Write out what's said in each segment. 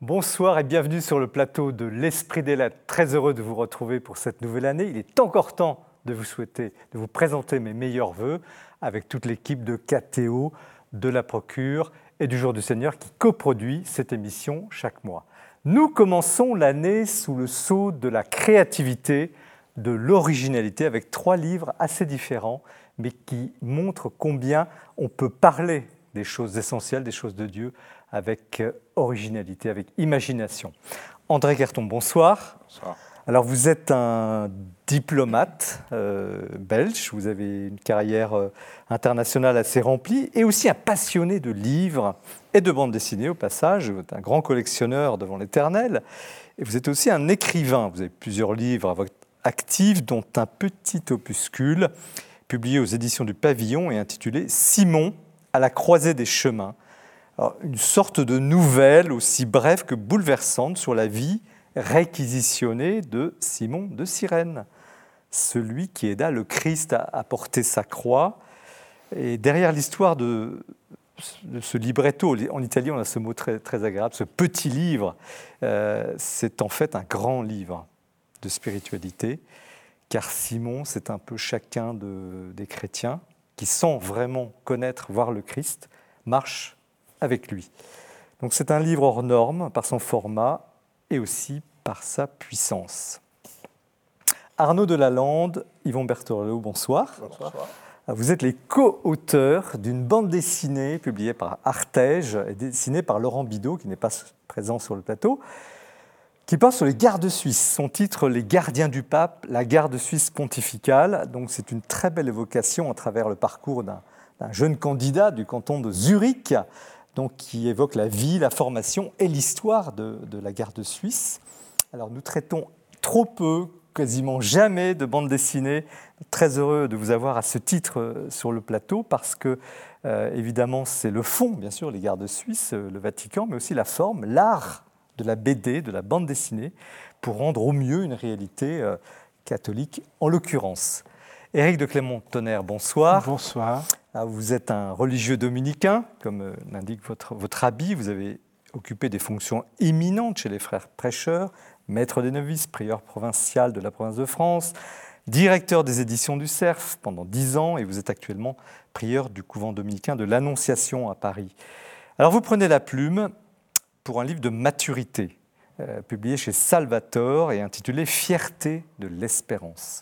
bonsoir et bienvenue sur le plateau de l'Esprit des Lettres. Très heureux de vous retrouver pour cette nouvelle année. Il est encore temps de vous présenter mes meilleurs vœux avec toute l'équipe de KTO, de la Procure et du Jour du Seigneur qui coproduit cette émission chaque mois. Nous commençons l'année sous le sceau de la créativité, de l'originalité avec 3 livres assez différents mais qui montrent combien on peut parler des choses essentielles, des choses de Dieu avec originalité, avec imagination. André Guerton, bonsoir. Bonsoir. Alors vous êtes un diplomate belge, vous avez une carrière internationale assez remplie et aussi un passionné de livres et de bandes dessinées au passage. Vous êtes un grand collectionneur devant l'Éternel et vous êtes aussi un écrivain. Vous avez plusieurs livres à votre actif, dont un petit opuscule publié aux éditions du Pavillon et intitulé « Simon à la croisée des chemins ». Alors, une sorte de nouvelle aussi brève que bouleversante sur la vie réquisitionnée de Simon de Cyrène, celui qui aida le Christ à porter sa croix. Et derrière l'histoire de ce libretto, en Italie on a ce mot très, très agréable, ce petit livre, c'est en fait un grand livre de spiritualité, car Simon, c'est un peu chacun des chrétiens qui, sans vraiment connaître, voir le Christ, marche avec lui. Donc c'est un livre hors norme par son format et aussi par sa puissance. Arnaud Delalande, Yvon Berthelot, bonsoir. Bonsoir. Vous êtes les co-auteurs d'une bande dessinée publiée par Artege et dessinée par Laurent Bidot, qui n'est pas présent sur le plateau, qui porte sur les gardes suisses. Son titre, Les gardiens du pape, la garde suisse pontificale. Donc c'est une très belle évocation à travers le parcours d'un jeune candidat du canton de Zurich, donc qui évoque la vie, la formation et l'histoire de la garde suisse. Alors nous traitons trop peu, quasiment jamais, de bande dessinée. Très heureux de vous avoir à ce titre sur le plateau parce que, évidemment, c'est le fond, bien sûr, les gardes suisses, le Vatican, mais aussi la forme, l'art de la BD, de la bande dessinée, pour rendre au mieux une réalité catholique, en l'occurrence. Éric de Clermont-Tonnerre, bonsoir. Bonsoir. Vous êtes un religieux dominicain, comme l'indique votre habit. Vous avez occupé des fonctions éminentes chez les frères prêcheurs, maître des novices, prieur provincial de la province de France, directeur des éditions du Cerf pendant 10 ans, et vous êtes actuellement prieur du couvent dominicain de l'Annonciation à Paris. Alors vous prenez la plume pour un livre de maturité, publié chez Salvator et intitulé « Fierté de l'espérance ».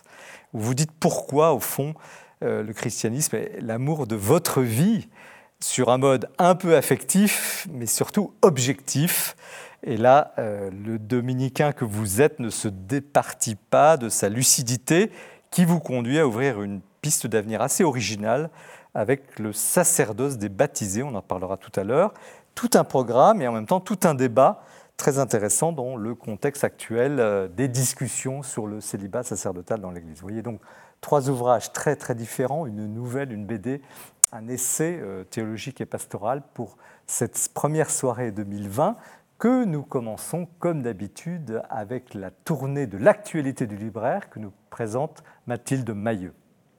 Vous vous dites pourquoi, au fond, le christianisme est l'amour de votre vie sur un mode un peu affectif, mais surtout objectif. Et là, le dominicain que vous êtes ne se départit pas de sa lucidité qui vous conduit à ouvrir une piste d'avenir assez originale avec le sacerdoce des baptisés, on en parlera tout à l'heure. Tout un programme et en même temps tout un débat très intéressant dans le contexte actuel des discussions sur le célibat sacerdotal dans l'Église. Vous voyez donc 3 ouvrages très très différents, une nouvelle, une BD, un essai théologique et pastoral pour cette première soirée 2020 que nous commençons comme d'habitude avec la tournée de l'actualité du libraire que nous présente Mathilde Mailleux.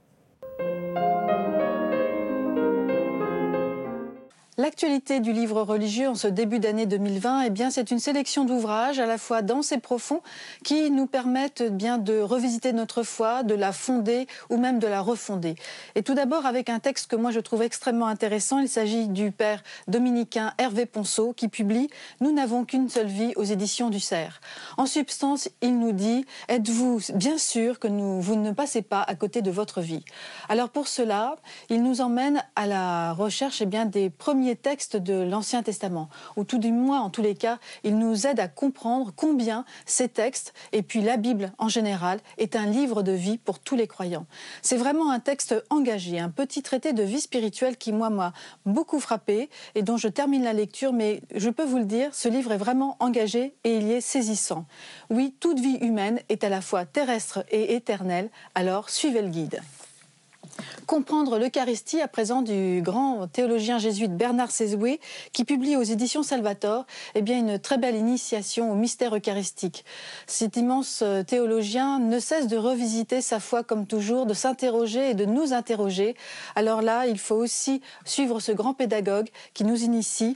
L'actualité du livre religieux en ce début d'année 2020, c'est une sélection d'ouvrages à la fois denses et profonds qui nous permettent de revisiter notre foi, de la fonder ou même de la refonder. Et tout d'abord avec un texte que moi je trouve extrêmement intéressant, il s'agit du père dominicain Hervé Ponceau qui publie « Nous n'avons qu'une seule vie » aux éditions du Cerf. En substance, il nous dit « Êtes-vous bien sûr que vous ne passez pas à côté de votre vie ?» Alors pour cela, il nous emmène à la recherche des premiers textes de l'Ancien Testament, ou tout du moins, en tous les cas, il nous aide à comprendre combien ces textes, et puis la Bible en général, est un livre de vie pour tous les croyants. C'est vraiment un texte engagé, un petit traité de vie spirituelle qui, moi, m'a beaucoup frappé et dont je termine la lecture, mais je peux vous le dire, ce livre est vraiment engagé et il y est saisissant. Oui, toute vie humaine est à la fois terrestre et éternelle, alors suivez le guide. Comprendre l'Eucharistie, à présent du grand théologien jésuite Bernard Sesoué, qui publie aux éditions Salvator une très belle initiation au mystère eucharistique. Cet immense théologien ne cesse de revisiter sa foi comme toujours, de s'interroger et de nous interroger. Alors là, il faut aussi suivre ce grand pédagogue qui nous initie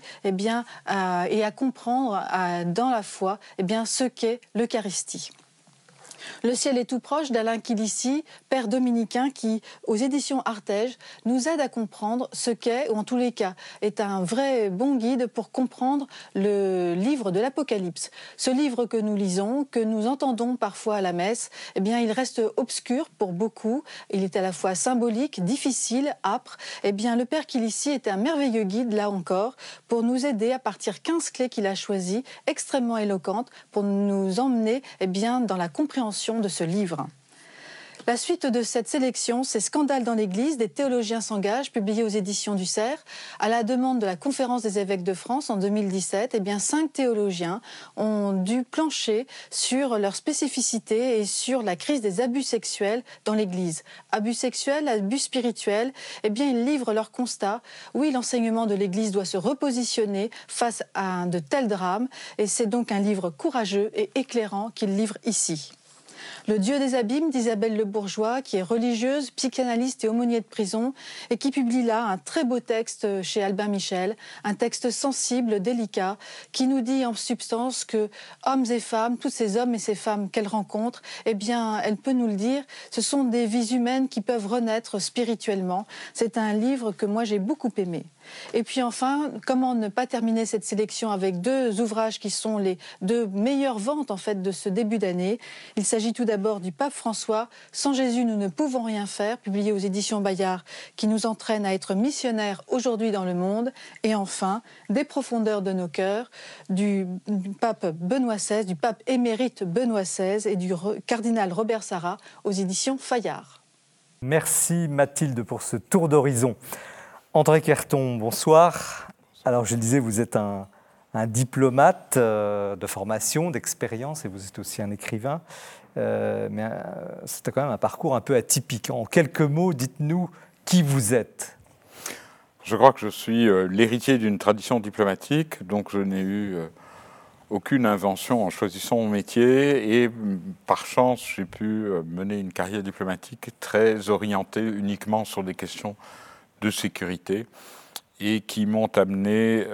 à comprendre dans la foi ce qu'est l'Eucharistie. Le ciel est tout proche d'Alain Kilissi, père dominicain qui, aux éditions Artege, nous aide à comprendre ce qu'est, ou en tous les cas, est un vrai bon guide pour comprendre le livre de l'Apocalypse. Ce livre que nous lisons, que nous entendons parfois à la messe, il reste obscur pour beaucoup. Il est à la fois symbolique, difficile, âpre. Le père Kilissi est un merveilleux guide, là encore, pour nous aider à partir 15 clés qu'il a choisies, extrêmement éloquentes, pour nous emmener dans la compréhension de ce livre. La suite de cette sélection, c'est Scandale dans l'Église, des théologiens s'engagent, publié aux éditions du Cerf. À la demande de la Conférence des évêques de France en 2017, 5 théologiens ont dû plancher sur leur spécificité et sur la crise des abus sexuels dans l'Église. Abus sexuels, abus spirituels, ils livrent leur constat. Oui, l'enseignement de l'Église doit se repositionner face à de tels drames, et c'est donc un livre courageux et éclairant qu'ils livrent ici. Le Dieu des abîmes d'Isabelle Le Bourgeois, qui est religieuse, psychanalyste et aumônier de prison, et qui publie là un très beau texte chez Albin Michel, un texte sensible, délicat, qui nous dit en substance que hommes et femmes, tous ces hommes et ces femmes qu'elle rencontre, elle peut nous le dire, ce sont des vies humaines qui peuvent renaître spirituellement. C'est un livre que moi j'ai beaucoup aimé. Et puis enfin, comment ne pas terminer cette sélection avec 2 ouvrages qui sont les 2 meilleures ventes en fait de ce début d'année. Il s'agit tout d'abord du pape François, Sans Jésus nous ne pouvons rien faire, publié aux éditions Bayard, qui nous entraîne à être missionnaires aujourd'hui dans le monde. Et enfin, Des profondeurs de nos cœurs, du pape Benoît XVI, du pape émérite Benoît XVI et du cardinal Robert Sarrat aux éditions Fayard. Merci Mathilde pour ce tour d'horizon. André Querton, bonsoir. Alors je le disais, vous êtes un diplomate de formation, d'expérience, et vous êtes aussi un écrivain. Mais c'est quand même un parcours un peu atypique. En quelques mots, dites-nous qui vous êtes. Je crois que je suis l'héritier d'une tradition diplomatique, donc je n'ai eu aucune invention en choisissant mon métier, et par chance, j'ai pu mener une carrière diplomatique très orientée uniquement sur des questions de sécurité et qui m'ont amené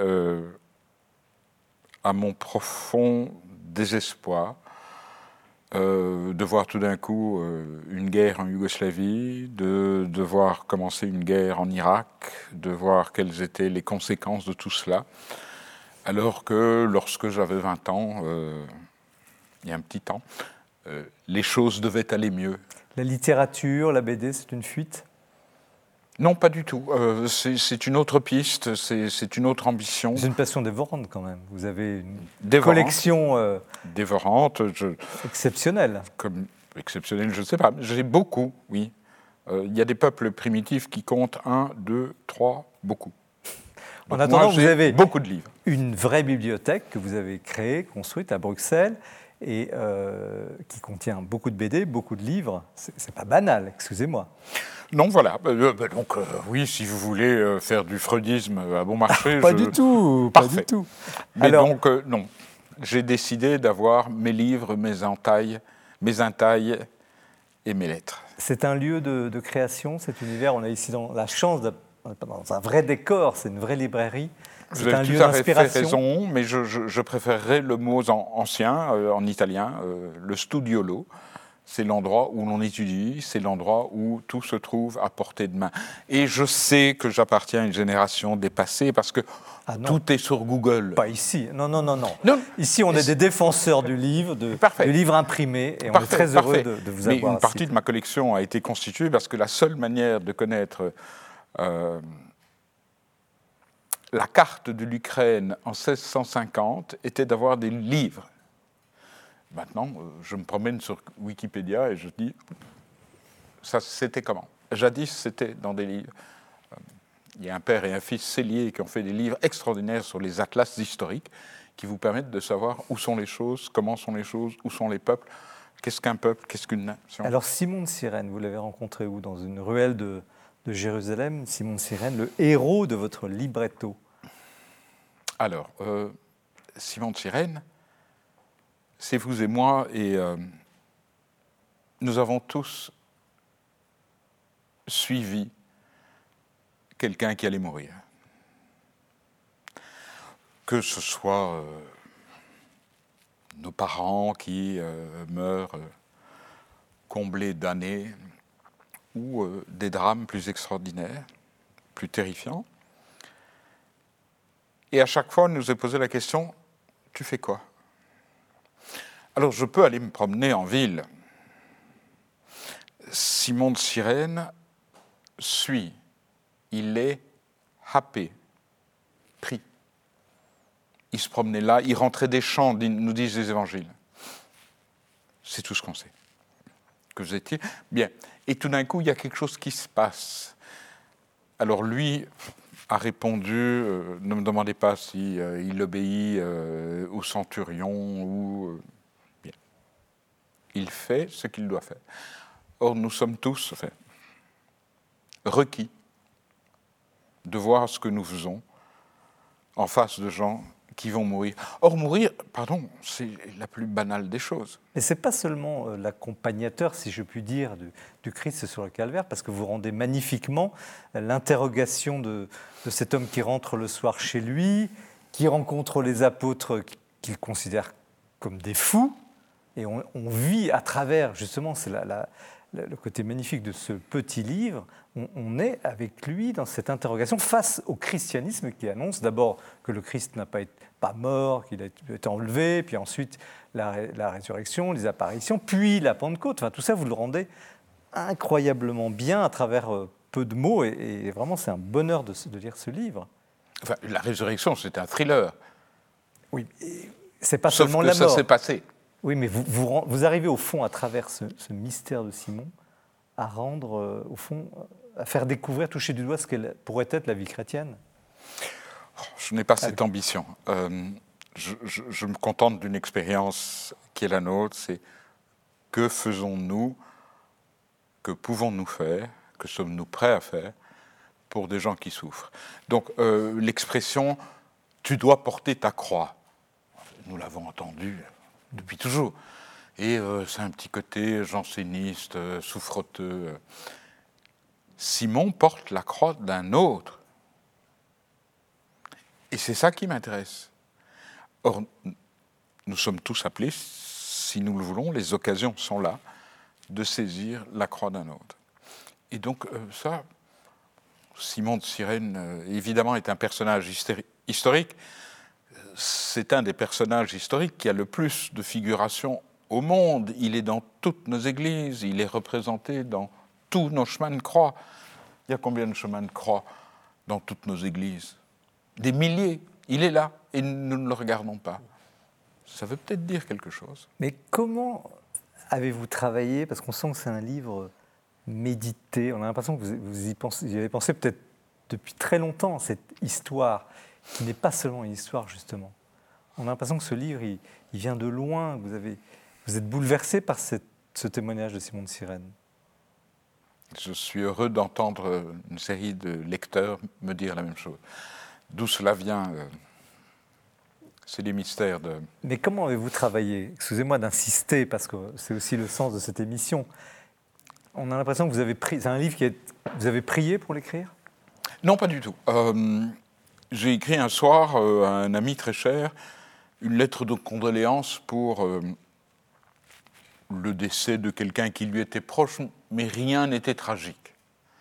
à mon profond désespoir de voir tout d'un coup une guerre en Yougoslavie, de voir commencer une guerre en Irak, de voir quelles étaient les conséquences de tout cela, alors que lorsque j'avais 20 ans, il y a un petit temps, les choses devaient aller mieux. La littérature, la BD, c'est une fuite ? Non, pas du tout. C'est une autre piste, c'est une autre ambition. C'est une passion dévorante quand même. Vous avez une collection dévorante, exceptionnelle. Comme exceptionnelle, je ne sais pas. J'ai beaucoup, oui. Il y a des peuples primitifs qui comptent 1, 2, 3, beaucoup. Donc en attendant, moi, vous avez beaucoup de livres. Une vraie bibliothèque que vous avez créée, construite à Bruxelles, et qui contient beaucoup de BD, beaucoup de livres. C'est pas banal, excusez-moi. Non, voilà. Donc, oui, si vous voulez faire du freudisme à bon marché... Pas du tout, Parfait. Pas du tout. Mais alors, donc, non. J'ai décidé d'avoir mes livres, mes entailles et mes lettres. C'est un lieu de création, cet univers. On a ici la chance dans un vrai décor, c'est une vraie librairie. C'est un lieu d'inspiration. Vous avez raison, mais je préférerais le mot ancien, en italien, le studiolo. C'est l'endroit où l'on étudie, c'est l'endroit où tout se trouve à portée de main. Et je sais que j'appartiens à une génération dépassée parce que tout est sur Google. Pas ici, non. Ici, on est des défenseurs du livre, du livre imprimé, et on est très heureux de vous avoir. Mais une partie de ma collection a été constituée parce que la seule manière de connaître la carte de l'Ukraine en 1650 était d'avoir des livres. Maintenant, je me promène sur Wikipédia et je dis, ça c'était comment ? Jadis, c'était dans des livres. Il y a un père et un fils Sellier qui ont fait des livres extraordinaires sur les atlas historiques qui vous permettent de savoir où sont les choses, comment sont les choses, où sont les peuples, qu'est-ce qu'un peuple, qu'est-ce qu'une nation. Alors Simon de Cyrène, vous l'avez rencontré où ? Dans une ruelle de de Jérusalem, Simon de Cyrène, le héros de votre libretto? Alors, Simon de Cyrène, c'est vous et moi, et nous avons tous suivi quelqu'un qui allait mourir. Que ce soit nos parents qui meurent comblés d'années, ou des drames plus extraordinaires, plus terrifiants. Et à chaque fois, on nous est posé la question, tu fais quoi? Alors, je peux aller me promener en ville. Simon de Cyrène suit, il est happé, pris. Il se promenait là, il rentrait des champs, nous disent les évangiles. C'est tout ce qu'on sait. Que vous étiez bien. Et tout d'un coup, il y a quelque chose qui se passe. Alors lui a répondu, ne me demandez pas si il obéit au centurion ou... bien. Il fait ce qu'il doit faire. Or, nous sommes tous requis de voir ce que nous faisons en face de gens qui vont mourir. Or, mourir, pardon, c'est la plus banale des choses. Mais ce n'est pas seulement l'accompagnateur, si je puis dire, du Christ sur le calvaire, parce que vous rendez magnifiquement l'interrogation de cet homme qui rentre le soir chez lui, qui rencontre les apôtres qu'il considère comme des fous, et on vit à travers, justement, c'est le côté magnifique de ce petit livre, on est avec lui dans cette interrogation face au christianisme qui annonce d'abord que le Christ n'a pas mort, qu'il a été enlevé, puis ensuite la résurrection, les apparitions, puis la Pentecôte. Enfin, tout ça, vous le rendez incroyablement bien à travers peu de mots, et vraiment, c'est un bonheur de lire ce livre. Enfin, la résurrection, c'est un thriller. Oui, c'est pas Sauf seulement que la mort. ça s'est passé. Oui, mais vous arrivez au fond, à travers ce mystère de Simon, à rendre, au fond, à faire découvrir, toucher du doigt ce qu'elle pourrait être la vie chrétienne. Je n'ai pas cette ambition. Je me contente d'une expérience qui est la nôtre, c'est que faisons-nous, que pouvons-nous faire, que sommes-nous prêts à faire pour des gens qui souffrent. Donc l'expression « tu dois porter ta croix », nous l'avons entendu depuis toujours. Et c'est un petit côté janséniste, souffreteux. Simon porte la croix d'un autre. Et c'est ça qui m'intéresse. Or, nous sommes tous appelés, si nous le voulons, les occasions sont là, de saisir la croix d'un autre. Et donc ça, Simon de Cyrène, évidemment, est un personnage historique. C'est un des personnages historiques qui a le plus de figuration au monde. Il est dans toutes nos églises, il est représenté dans tous nos chemins de croix. Il y a combien de chemins de croix dans toutes nos églises? Des milliers. Il est là et nous ne le regardons pas. Ça veut peut-être dire quelque chose. Mais comment avez-vous travaillé? Parce qu'on sent que c'est un livre médité. On a l'impression que vous y avez pensé peut-être depuis très longtemps, cette histoire, qui n'est pas seulement une histoire, justement. On a l'impression que ce livre, il vient de loin. Vous êtes bouleversé par ce témoignage de Simon de Cyrène. Je suis heureux d'entendre une série de lecteurs me dire la même chose. D'où cela vient, c'est les mystères de... Mais comment avez-vous travaillé? Excusez-moi d'insister, parce que c'est aussi le sens de cette émission. On a l'impression que c'est un livre vous avez prié pour l'écrire? Non, pas du tout. J'ai écrit un soir à un ami très cher une lettre de condoléances pour le décès de quelqu'un qui lui était proche, mais rien n'était tragique.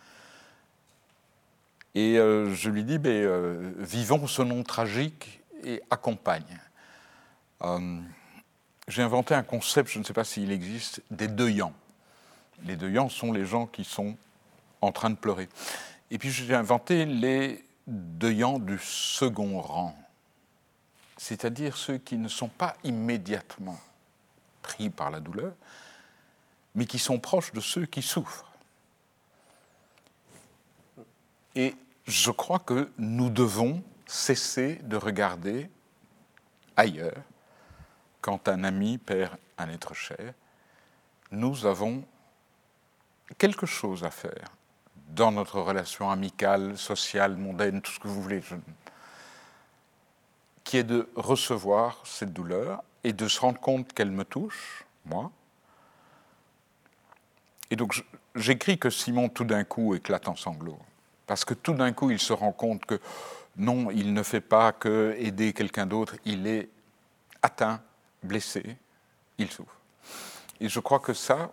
Et je lui dis, vivons ce nom tragique et accompagne. J'ai inventé un concept, je ne sais pas s'il existe, des deuillants. Les deuillants sont les gens qui sont en train de pleurer. Et puis j'ai inventé les deuillants du second rang, c'est-à-dire ceux qui ne sont pas immédiatement pris par la douleur, mais qui sont proches de ceux qui souffrent. Et je crois que nous devons cesser de regarder ailleurs quand un ami perd un être cher. Nous avons quelque chose à faire dans notre relation amicale, sociale, mondaine, tout ce que vous voulez, qui est de recevoir cette douleur et de se rendre compte qu'elle me touche, moi. Et donc j'écris que Simon tout d'un coup éclate en sanglots, parce que tout d'un coup il se rend compte que non, il ne fait pas que aider quelqu'un d'autre, il est atteint, blessé, il souffre. Et je crois que ça,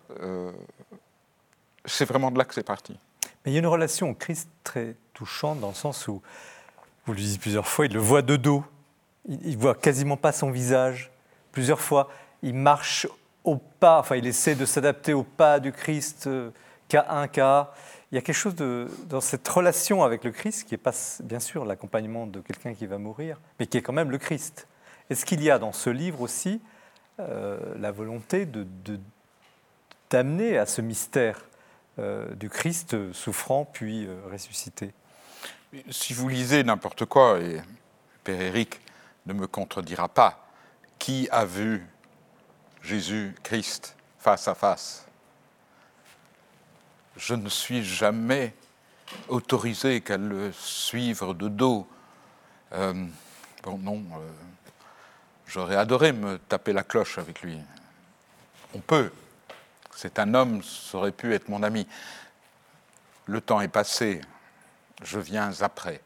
c'est vraiment de là que c'est parti. Mais il y a une relation au Christ très touchante dans le sens où, vous le dites plusieurs fois, il le voit de dos. Il ne voit quasiment pas son visage. Plusieurs fois, il marche au pas, enfin il essaie de s'adapter au pas du Christ, cas un, cas. Il y a quelque chose dans cette relation avec le Christ qui n'est pas, bien sûr, l'accompagnement de quelqu'un qui va mourir, mais qui est quand même le Christ. Est-ce qu'il y a dans ce livre aussi la volonté d'amener à ce mystère du Christ souffrant puis ressuscité? Si vous lisez n'importe quoi, et Père Éric ne me contredira pas, qui a vu Jésus-Christ face à face? Je ne suis jamais autorisé qu'à le suivre de dos. J'aurais adoré me taper la cloche avec lui. On peut. C'est un homme, ça aurait pu être mon ami. Le temps est passé, je viens après.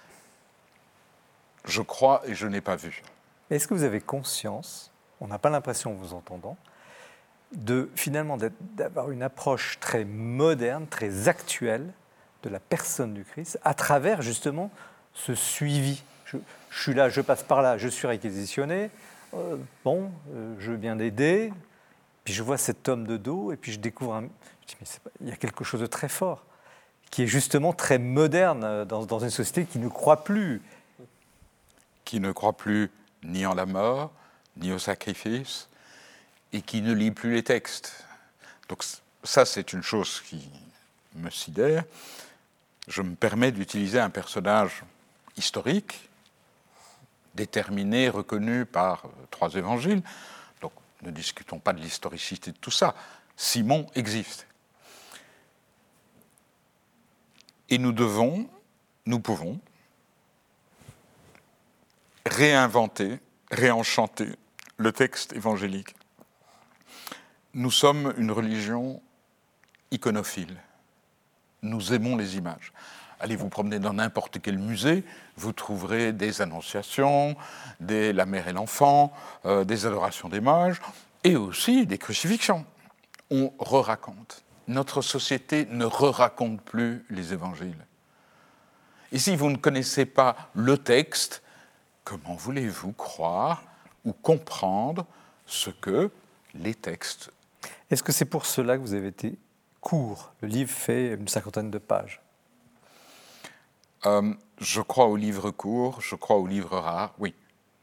Je crois et je n'ai pas vu. Est-ce que vous avez conscience, on n'a pas l'impression en vous entendant, finalement d'avoir une approche très moderne, très actuelle de la personne du Christ, à travers justement ce suivi? Je suis là, je passe par là, je suis réquisitionné, je viens d'aider, puis je vois cet homme de dos, et puis je découvre il y a quelque chose de très fort, qui est justement très moderne dans une société qui ne croit plus. Qui ne croit plus ni en la mort, ni au sacrifice, et qui ne lit plus les textes. Donc ça, c'est une chose qui me sidère. Je me permets d'utiliser un personnage historique, déterminé, reconnu par 3 évangiles. Donc ne discutons pas de l'historicité de tout ça. Simon existe. Et nous pouvons réinventer, réenchanter le texte évangélique. Nous sommes une religion iconophile. Nous aimons les images. Allez vous promener dans n'importe quel musée, vous trouverez des annonciations, la mère et l'enfant, des adorations des mages, et aussi des crucifixions. On re-raconte. Notre société ne re-raconte plus les évangiles. Et si vous ne connaissez pas le texte, comment voulez-vous croire ou comprendre ce que les textes? Est-ce que c'est pour cela que vous avez été court? Le livre fait une 50aine de pages. Je crois aux livres courts, je crois aux livres rares, oui.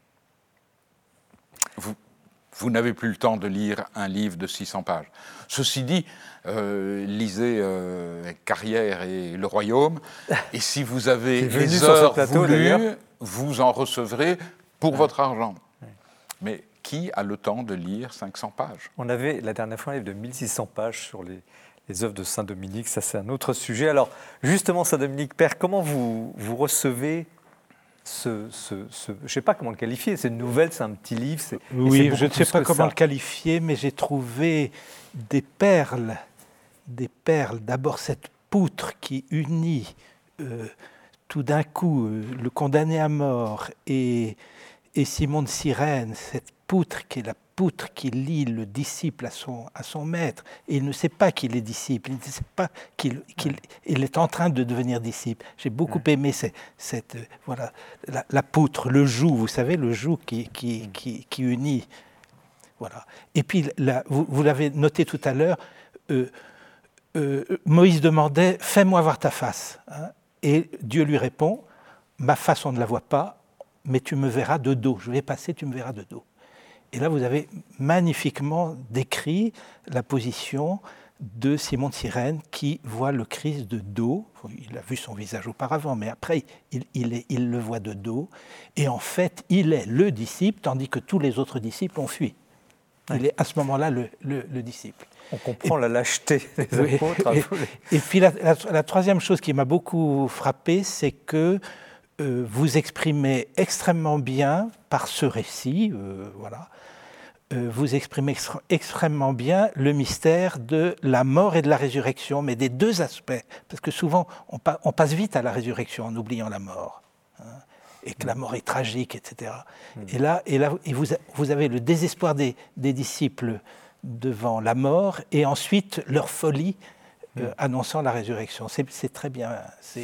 Vous n'avez plus le temps de lire un livre de 600 pages. Ceci dit, lisez Carrière et Le Royaume, et si vous avez les heures voulues, vous en recevrez pour votre argent. Ouais. Mais qui a le temps de lire 500 pages? On avait la dernière fois un livre de 1600 pages sur les œuvres de Saint-Dominique, ça c'est un autre sujet. Alors justement, Saint-Dominique, Père, comment vous recevez je ne sais pas comment le qualifier, c'est une nouvelle, c'est un petit livre. Oui, je ne sais pas comment le qualifier, mais j'ai trouvé des perles. D'abord cette poutre qui unit tout d'un coup le condamné à mort et Simon de Cyrène, cette poutre qui est la poutre qui lie le disciple à son maître. Et il ne sait pas qu'il est disciple, il ne sait pas qu'il est en train de devenir disciple. J'ai beaucoup aimé la poutre, le joug, vous savez, le joug qui unit. Voilà. Et puis, vous l'avez noté tout à l'heure, Moïse demandait « Fais-moi voir ta face ». Et Dieu lui répond « Ma face, on ne la voit pas, mais tu me verras de dos. Je vais passer, tu me verras de dos. » Et là, vous avez magnifiquement décrit la position de Simon de Cyrène qui voit le Christ de dos. Il a vu son visage auparavant, mais après, il le voit de dos. Et en fait, il est le disciple, tandis que tous les autres disciples ont fui. il est à ce moment-là le disciple. On comprend la lâcheté des apôtres. Et puis la troisième chose qui m'a beaucoup frappé, c'est que vous exprimez extrêmement bien, par ce récit, vous exprimez extrêmement bien le mystère de la mort et de la résurrection, mais des deux aspects, parce que souvent on passe vite à la résurrection en oubliant la mort, et que la mort est tragique, etc. Et là vous avez le désespoir des disciples devant la mort, et ensuite leur folie annonçant la résurrection. C'est très bien,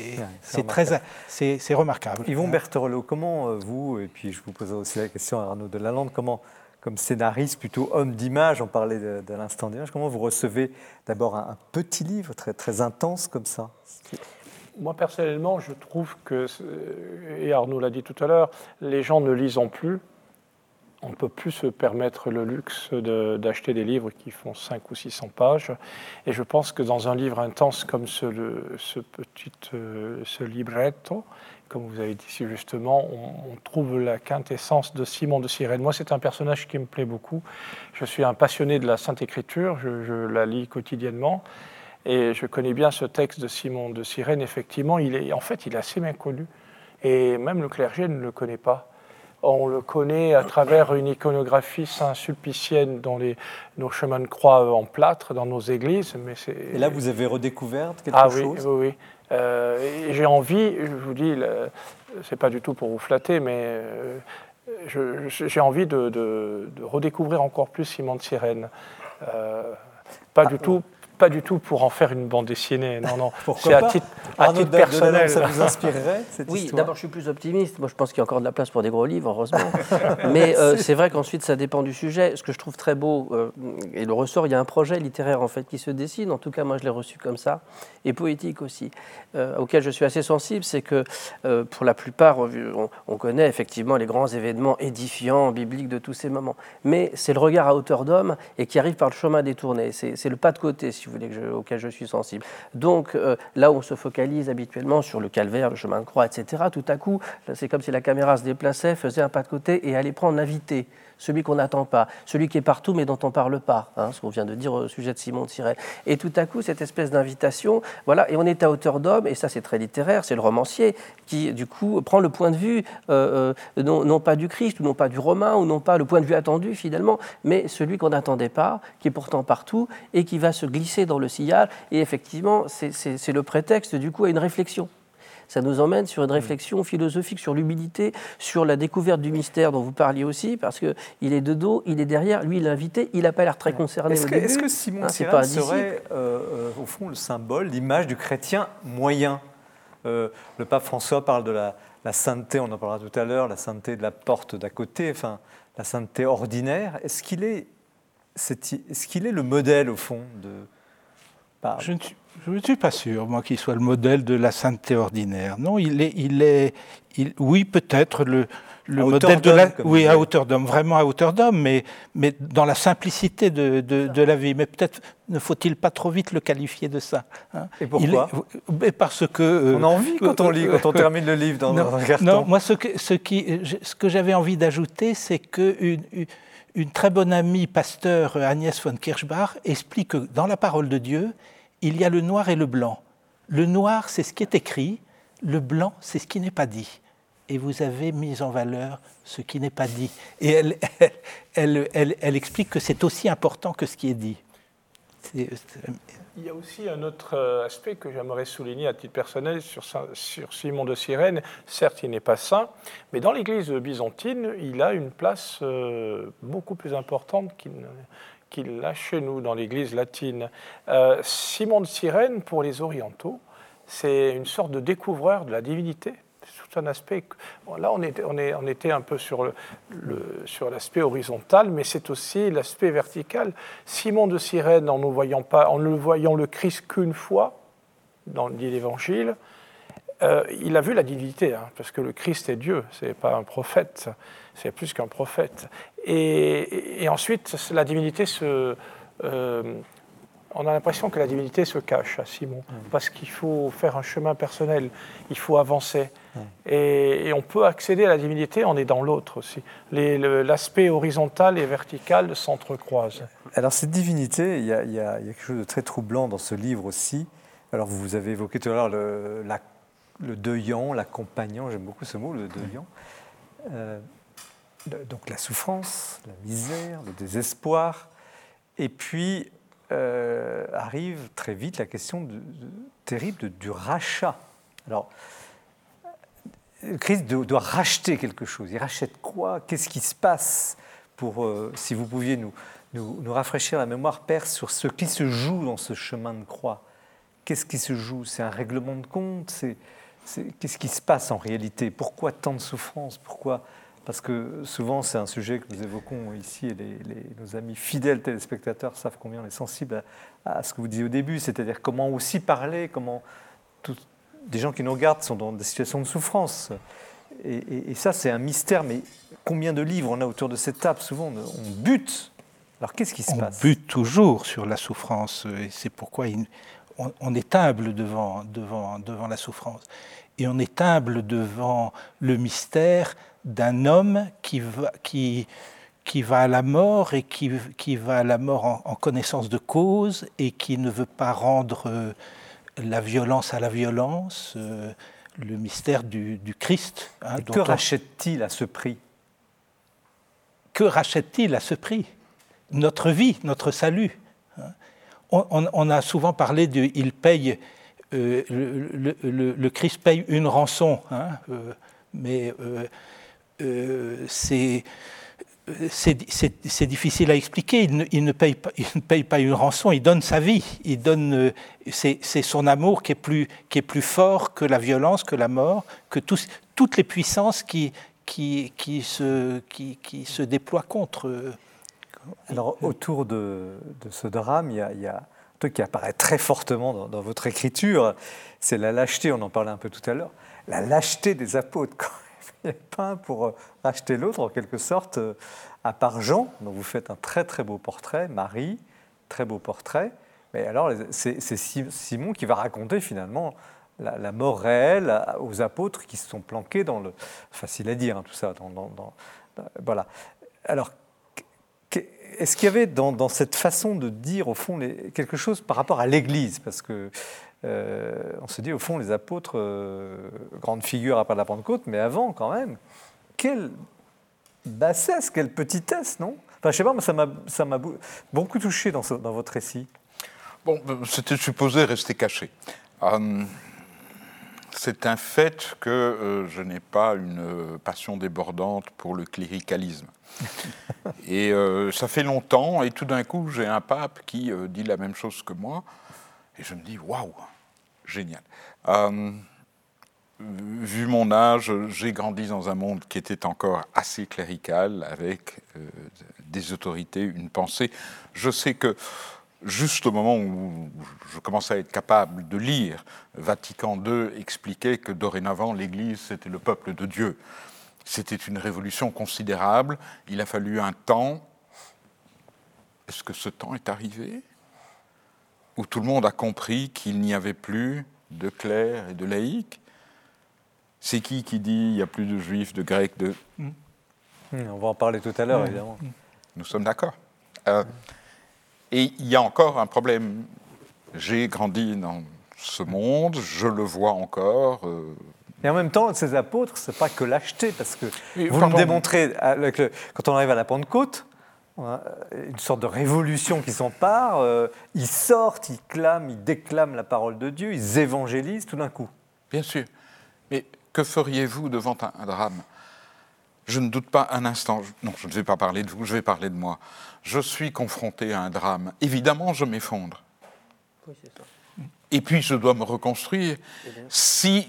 c'est remarquable. Yvon Berterelot, comment vous, et puis je vous poserai aussi la question à Arnaud Delalande, comment, comme scénariste, plutôt homme d'image, on parlait de l'instant d'image, comment vous recevez d'abord un petit livre très, très intense comme ça? Moi, personnellement, je trouve que, et Arnaud l'a dit tout à l'heure, les gens ne lisent plus. On ne peut plus se permettre le luxe d'acheter des livres qui font 500 ou 600 pages. Et je pense que dans un livre intense comme ce libretto, comme vous avez dit si justement, on trouve la quintessence de Simon de Cyrène. Moi, c'est un personnage qui me plaît beaucoup. Je suis un passionné de la Sainte Écriture, je la lis quotidiennement. Et je connais bien ce texte de Simon de Cyrène. Effectivement, il est assez bien connu. Et même le clergé ne le connaît pas. On le connaît à travers une iconographie saint-sulpicienne dans nos chemins de croix en plâtre, dans nos églises. Mais et là, vous avez redécouvert quelque chose? Oui. Et j'ai envie, je vous dis, c'est pas du tout pour vous flatter, mais j'ai envie de redécouvrir encore plus Simon de Cyrène. Pas du tout pour en faire une bande dessinée, non. C'est à titre personnel. Ça vous inspirerait, cette histoire? Oui, d'abord je suis plus optimiste. Moi je pense qu'il y a encore de la place pour des gros livres, heureusement. Mais c'est vrai qu'ensuite ça dépend du sujet. Ce que je trouve très beau, et le ressort, il y a un projet littéraire en fait qui se dessine. En tout cas moi je l'ai reçu comme ça, et poétique aussi, auquel je suis assez sensible. C'est que pour la plupart, on connaît effectivement les grands événements édifiants, bibliques de tous ces moments. Mais c'est le regard à hauteur d'homme et qui arrive par le chemin détourné. C'est le pas de côté, si vous voulez, auquel je suis sensible. Donc, là où on se focalise habituellement sur le calvaire, le chemin de croix, etc., tout à coup, c'est comme si la caméra se déplaçait, faisait un pas de côté et allait prendre l'invité, celui qu'on n'attend pas, celui qui est partout mais dont on ne parle pas, ce qu'on vient de dire au sujet de Simon de Cyrène. Et tout à coup, cette espèce d'invitation, voilà, et on est à hauteur d'homme, et ça c'est très littéraire, c'est le romancier qui, du coup, prend le point de vue, non pas du Christ, ou non pas du Romain, ou non pas le point de vue attendu finalement, mais celui qu'on n'attendait pas, qui est pourtant partout, et qui va se glisser dans le sillage, et effectivement, c'est le prétexte, du coup, à une réflexion. Ça nous emmène sur une réflexion philosophique sur l'humilité, sur la découverte du mystère dont vous parliez aussi, parce qu'il est de dos, il est derrière, lui il est invité, il n'a pas l'air très concerné au début. Est-ce que Simon de Cyrène serait, au fond, le symbole, l'image du chrétien moyen? Le pape François parle de la sainteté, on en parlera tout à l'heure, la sainteté de la porte d'à côté, enfin, la sainteté ordinaire. Est-ce qu'il est le modèle, au fond, de... Je ne suis pas sûr, moi, qu'il soit le modèle de la sainteté ordinaire. Non, oui, peut-être le modèle de la... Oui, à hauteur d'homme, vraiment à hauteur d'homme, mais dans la simplicité de la vie. Mais peut-être ne faut-il pas trop vite le qualifier de ça. Et pourquoi? Parce que... on a envie quand on lit, quand on termine le livre dans un carton. Non, moi, ce que j'avais envie d'ajouter, c'est qu'une très bonne amie pasteur, Agnès von Kirchbach, explique que dans la parole de Dieu, il y a le noir et le blanc. Le noir, c'est ce qui est écrit. Le blanc, c'est ce qui n'est pas dit. Et vous avez mis en valeur ce qui n'est pas dit. Et elle explique que c'est aussi important que ce qui est dit. Il y a aussi un autre aspect que j'aimerais souligner à titre personnel sur Simon de Cyrène. Certes, il n'est pas saint, mais dans l'Église byzantine, il a une place beaucoup plus importante qu'il l'a chez nous, dans l'Église latine. Simon de Cyrène, pour les orientaux, c'est une sorte de découvreur de la divinité. C'est tout un aspect... Là, on était un peu sur l'aspect horizontal, mais c'est aussi l'aspect vertical. Simon de Cyrène, en ne voyant le Christ qu'une fois, dans l'Évangile, il a vu la divinité, parce que le Christ est Dieu, ce n'est pas un prophète, c'est plus qu'un prophète. Et ensuite, la divinité on a l'impression que la divinité se cache à Simon, parce qu'il faut faire un chemin personnel, il faut avancer. Et on peut accéder à la divinité en aidant l'autre aussi. L'aspect horizontal et vertical s'entrecroisent. Alors cette divinité, il y a quelque chose de très troublant dans ce livre aussi. Alors vous avez évoqué tout à l'heure le deuillant, l'accompagnant, j'aime beaucoup ce mot, le deuillant. Donc la souffrance, la misère, le désespoir. Et puis arrive très vite la question terrible du rachat. Alors, le Christ doit racheter quelque chose. Il rachète quoi? Qu'est-ce qui se passe? Si vous pouviez nous rafraîchir la mémoire, Père, sur ce qui se joue dans ce chemin de croix. Qu'est-ce qui se joue? C'est un règlement de compte? Qu'est-ce qui se passe en réalité? Pourquoi tant de souffrance? Pourquoi? Parce que souvent, c'est un sujet que nous évoquons ici, et nos amis fidèles téléspectateurs savent combien on est sensible à ce que vous disiez au début, c'est-à-dire comment aussi parler, comment des gens qui nous regardent sont dans des situations de souffrance. Et ça, c'est un mystère, mais combien de livres on a autour de cette table? Souvent, on bute. Alors, qu'est-ce qui se passe? On bute toujours sur la souffrance, et c'est pourquoi on est humble devant la souffrance. Et on est humble devant le mystère d'un homme qui va à la mort et qui va à la mort en connaissance de cause et qui ne veut pas rendre la violence à la violence, le mystère du Christ. Et que rachète-t-il à ce prix? Que rachète-t-il à ce prix? Notre vie, notre salut. On a souvent parlé de « il paye », le Christ paye une rançon, mais c'est difficile à expliquer. Il ne paye pas une rançon, il donne sa vie. C'est son amour qui est plus fort que la violence, que la mort, que toutes les puissances qui se déploient contre. Alors, autour de ce drame, il y a un truc qui apparaît très fortement dans votre écriture, c'est la lâcheté, on en parlait un peu tout à l'heure, la lâcheté des apôtres. Quand il n'y a pas un pour racheter l'autre, en quelque sorte, à part Jean, dont vous faites un très très beau portrait, Marie, très beau portrait, mais alors c'est Simon qui va raconter finalement la mort réelle aux apôtres qui se sont planqués dans le... Facile à dire, tout ça, voilà. Alors, est-ce qu'il y avait dans cette façon de dire, au fond, quelque chose par rapport à l'Église? Parce que on se dit, au fond, les apôtres, grande figure après la Pentecôte, mais avant, quand même, quelle bassesse, quelle petitesse, non? Enfin, je sais pas, mais ça m'a beaucoup touché dans votre récit. Bon, c'était supposé rester caché. C'est un fait que je n'ai pas une passion débordante pour le cléricalisme. Et ça fait longtemps, et tout d'un coup, j'ai un pape qui dit la même chose que moi, et je me dis, waouh, génial. Vu mon âge, j'ai grandi dans un monde qui était encore assez clérical, avec des autorités, une pensée. Je sais que juste au moment où je commençais à être capable de lire, Vatican II expliquait que dorénavant l'Église c'était le peuple de Dieu. C'était une révolution considérable, il a fallu un temps. Est-ce que ce temps est arrivé? Où tout le monde a compris qu'il n'y avait plus de clercs et de laïcs? C'est qui dit il n'y a plus de juifs, de grecs, de... On va en parler tout à l'heure, évidemment. Nous sommes d'accord. Et il y a encore un problème. J'ai grandi dans ce monde, je le vois encore. Et en même temps, ces apôtres, ce n'est pas que lâcheté, parce que vous le démontrez, quand on arrive à la Pentecôte, une sorte de révolution qui s'empare, ils sortent, ils clament, ils déclament la parole de Dieu, ils évangélisent tout d'un coup. Bien sûr. Mais que feriez-vous devant un drame? Je ne doute pas un instant. Non, je ne vais pas parler de vous, je vais parler de moi. Je suis confronté à un drame. Évidemment, je m'effondre. Oui, c'est ça. Et puis, je dois me reconstruire. Si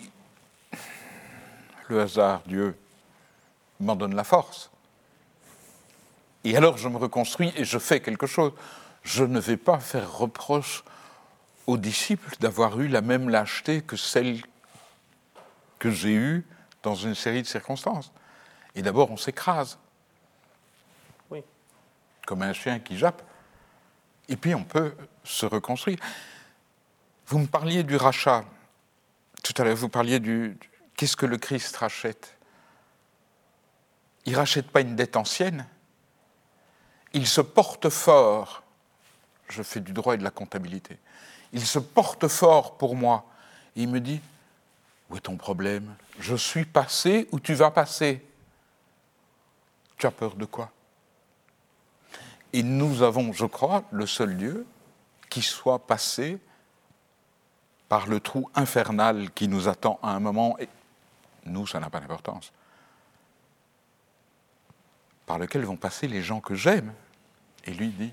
le hasard, Dieu, m'en donne la force, et alors je me reconstruis et je fais quelque chose. Je ne vais pas faire reproche aux disciples d'avoir eu la même lâcheté que celle que j'ai eue dans une série de circonstances. Et d'abord, on s'écrase. Oui. Comme un chien qui jappe. Et puis, on peut se reconstruire. Vous me parliez du rachat. Tout à l'heure, vous parliez qu'est-ce que le Christ rachète? Il ne rachète pas une dette ancienne. Il se porte fort. Je fais du droit et de la comptabilité. Il se porte fort pour moi. Et il me dit, où est ton problème? Je suis passé où tu vas passer. Tu as peur de quoi? Et nous avons, je crois, le seul Dieu qui soit passé par le trou infernal qui nous attend à un moment, et nous, ça n'a pas d'importance, par lequel vont passer les gens que j'aime. Et lui dit,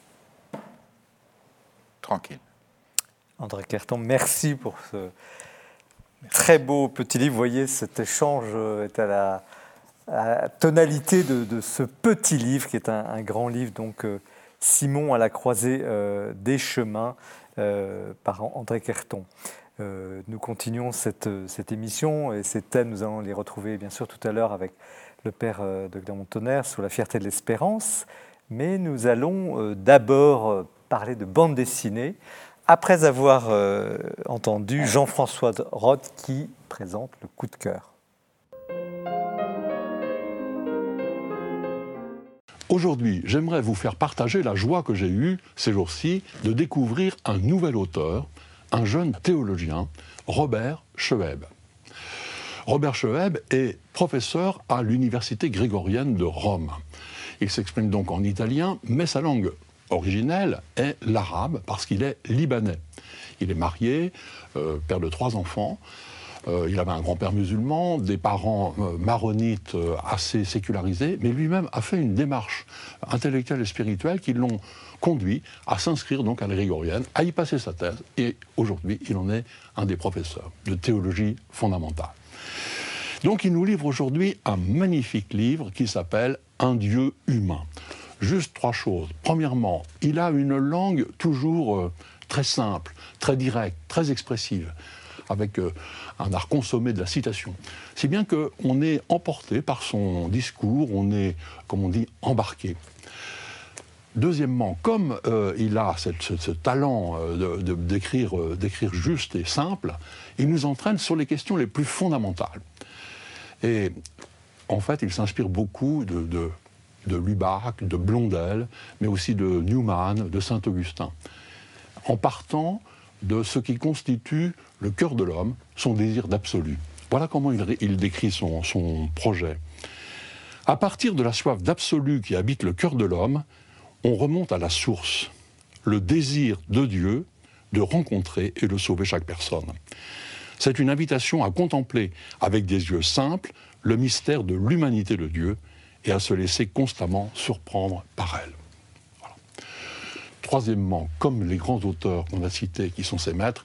tranquille. André Querton, merci pour ce très beau petit livre. Vous voyez, cet échange est à la tonalité de ce petit livre, qui est un grand livre, donc Simon à la croisée des chemins, par André Querton. Nous continuons cette émission, et ces thèmes, nous allons les retrouver bien sûr tout à l'heure avec le père Dr Montonnerre sur la fierté de l'espérance, mais nous allons d'abord parler de bande dessinée, après avoir entendu Jean-François Roth qui présente le coup de cœur. Aujourd'hui, j'aimerais vous faire partager la joie que j'ai eue ces jours-ci de découvrir un nouvel auteur, un jeune théologien, Robert Schweb. Robert Schweb est professeur à l'université grégorienne de Rome. Il s'exprime donc en italien, mais sa langue originelle est l'arabe parce qu'il est libanais. Il est marié, père de 3 enfants. Il avait un grand-père musulman, des parents maronites assez sécularisés, mais lui-même a fait une démarche intellectuelle et spirituelle qui l'ont conduit à s'inscrire donc à la grégorienne, à y passer sa thèse, et aujourd'hui il en est un des professeurs de théologie fondamentale. Donc il nous livre aujourd'hui un magnifique livre qui s'appelle « Un Dieu humain ». Juste 3 choses. Premièrement, il a une langue toujours très simple, très directe, très expressive, avec un art consommé de la citation. Si bien qu'on est emporté par son discours, on est, comme on dit, embarqué. Deuxièmement, comme il a ce talent d'écrire juste et simple, il nous entraîne sur les questions les plus fondamentales. Et en fait, il s'inspire beaucoup de Lubac, de Blondel, mais aussi de Newman, de Saint-Augustin, en partant de ce qui constitue le cœur de l'homme, son désir d'absolu. Voilà comment il décrit son projet. À partir de la soif d'absolu qui habite le cœur de l'homme, on remonte à la source, le désir de Dieu de rencontrer et de sauver chaque personne. C'est une invitation à contempler avec des yeux simples le mystère de l'humanité de Dieu et à se laisser constamment surprendre par elle. Voilà. Troisièmement, comme les grands auteurs qu'on a cités, qui sont ses maîtres,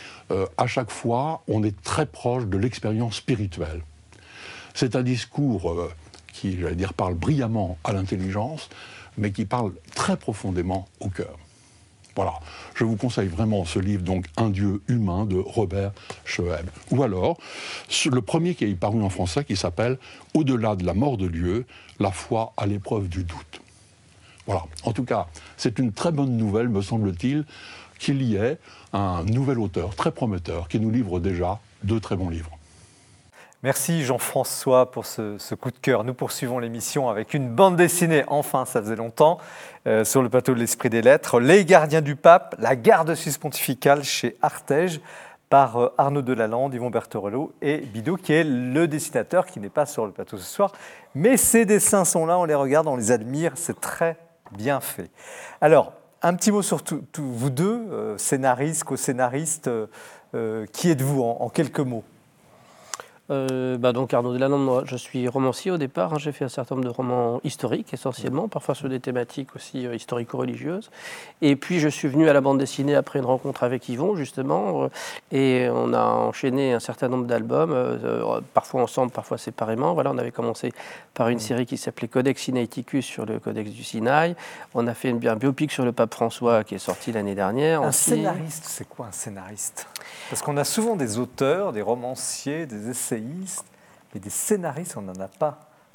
à chaque fois, on est très proche de l'expérience spirituelle. C'est un discours qui, j'allais dire, parle brillamment à l'intelligence, mais qui parle très profondément au cœur. Voilà, je vous conseille vraiment ce livre, donc Un Dieu humain, de Robert Schweb. Ou alors, le premier qui est paru en français, qui s'appelle Au-delà de la mort de Dieu, la foi à l'épreuve du doute. Voilà, en tout cas, c'est une très bonne nouvelle, me semble-t-il, qu'il y ait un nouvel auteur très prometteur qui nous livre déjà 2 très bons livres. Merci Jean-François pour ce coup de cœur. Nous poursuivons l'émission avec une bande dessinée, enfin ça faisait longtemps, sur le plateau de l'Esprit des Lettres, Les Gardiens du Pape, la garde suisse pontificale chez Artege, par Arnaud Delalande, Yvon Bertorello et Bidot, qui est le dessinateur, qui n'est pas sur le plateau ce soir. Mais ces dessins sont là, on les regarde, on les admire, c'est très bien fait. Alors, un petit mot sur vous deux, scénaristes, co-scénaristes, qui êtes-vous en quelques mots ? Donc Arnaud Delalande, moi, je suis romancier au départ, hein, j'ai fait un certain nombre de romans historiques essentiellement, parfois sur des thématiques aussi historico-religieuses, et puis je suis venu à la bande dessinée après une rencontre avec Yvon justement, et on a enchaîné un certain nombre d'albums, parfois ensemble, parfois séparément. Voilà, on avait commencé par une série qui s'appelait Codex Sinaiticus sur le Codex du Sinaï, on a fait un biopic sur le pape François qui est sorti l'année dernière. Un scénariste, c'est quoi un scénariste ? Parce qu'on a souvent des auteurs, des romanciers, des essayistes, mais des scénaristes, on n'en a pas.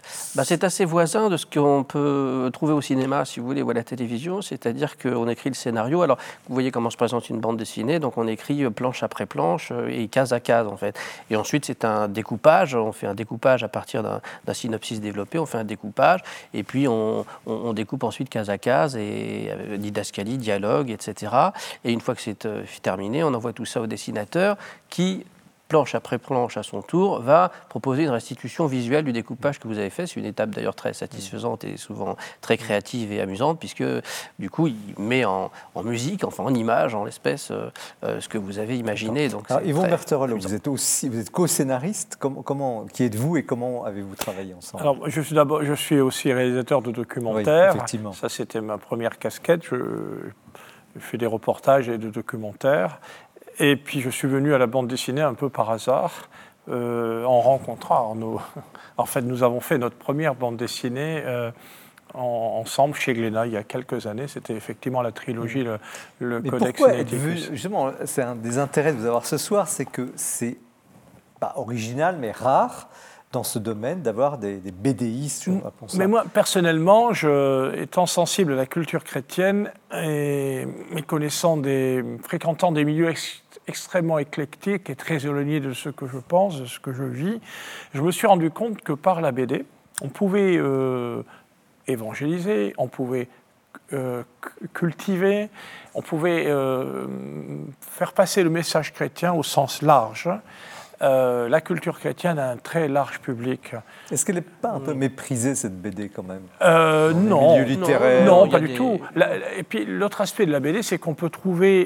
C'est assez voisin de ce qu'on peut trouver au cinéma, si vous voulez, ou à la télévision, c'est-à-dire qu'on écrit le scénario. Alors, vous voyez comment se présente une bande dessinée, donc on écrit planche après planche et case à case, en fait. Et ensuite, c'est un découpage, on fait un découpage à partir d'un synopsis développé, on fait un découpage, et puis on découpe ensuite case à case, et didascalie, dialogue, etc. Et une fois que c'est terminé, on envoie tout ça au dessinateur qui, planche après planche à son tour, va proposer une restitution visuelle du découpage que vous avez fait. C'est une étape d'ailleurs très satisfaisante et souvent très créative et amusante, puisque du coup, il met en musique, enfin en image, en l'espèce, ce que vous avez imaginé. Donc, Yvon Berterol, vous êtes co-scénariste. Qui êtes-vous et comment avez-vous travaillé ensemble? Alors, je suis aussi réalisateur de documentaires. Oui, effectivement. Ça, c'était ma première casquette. Je fais des reportages et des documentaires. Et puis je suis venu à la bande dessinée un peu par hasard, en rencontrant Arnaud. En fait, nous avons fait notre première bande dessinée ensemble chez Glénat il y a quelques années. C'était effectivement la trilogie, le Codex Sinaiticus. Justement, c'est un des intérêts de vous avoir ce soir, c'est que c'est pas original, mais rare dans ce domaine d'avoir des BDistes. Mais moi, personnellement, étant sensible à la culture chrétienne et fréquentant des milieux extrêmement éclectiques et très éloignés de ce que je pense, de ce que je vis, je me suis rendu compte que par la BD, on pouvait évangéliser, on pouvait cultiver, on pouvait faire passer le message chrétien au sens large. La culture chrétienne a un très large public. Est-ce qu'elle n'est pas un peu méprisée, cette BD, quand même? Non, milieu littéraire, non, pas du tout. Et puis l'autre aspect de la BD, c'est qu'on peut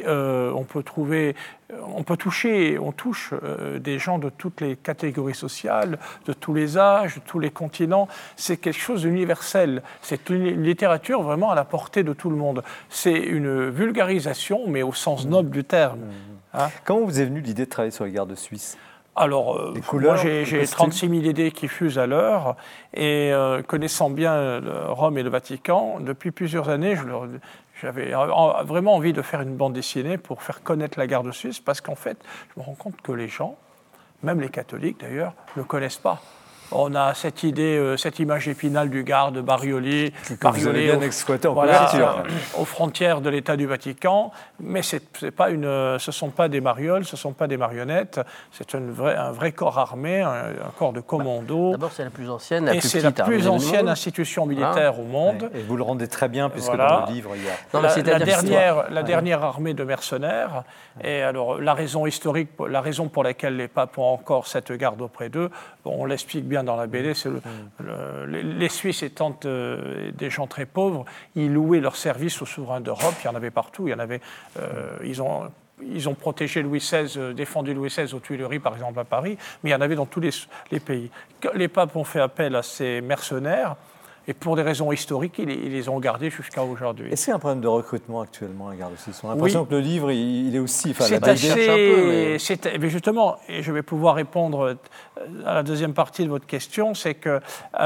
on touche des gens de toutes les catégories sociales, de tous les âges, de tous les continents. C'est quelque chose d'universel. C'est une littérature vraiment à la portée de tout le monde. C'est une vulgarisation, mais au sens noble du terme. Hein? Comment vous est venue l'idée de travailler sur les gardes suisses? Alors, moi, j'ai 36 000 idées qui fusent à l'heure, et connaissant bien Rome et le Vatican, depuis plusieurs années, j'avais vraiment envie de faire une bande dessinée pour faire connaître la garde suisse, parce qu'en fait, je me rends compte que les gens, même les catholiques d'ailleurs, ne connaissent pas. On a cette idée, cette image épinale du garde bariolé bien exploité en couverture. Aux frontières de l'État du Vatican, mais ce ne sont pas des marioles, ce ne sont pas des marionnettes, c'est un vrai corps armé, un corps de commando. D'abord, c'est la plus ancienne, et c'est la plus ancienne institution militaire au monde. Et vous le rendez très bien, puisque dans le livre, il y a la dernière armée de mercenaires. Et alors, la raison historique, la raison pour laquelle les papes ont encore cette garde auprès d'eux, on l'explique bien dans la BD, c'est les Suisses étant des gens très pauvres, ils louaient leurs services aux souverains d'Europe, il y en avait partout, ils ont protégé Louis XVI, défendu Louis XVI aux Tuileries, par exemple à Paris, mais il y en avait dans tous les pays. Les papes ont fait appel à ces mercenaires, et pour des raisons historiques, ils les ont gardés jusqu'à aujourd'hui. Est-ce qu'il y a un problème de recrutement actuellement à la garde suisse? On a l'impression que le livre, il est aussi... Mais justement, et je vais pouvoir répondre à la deuxième partie de votre question, c'est que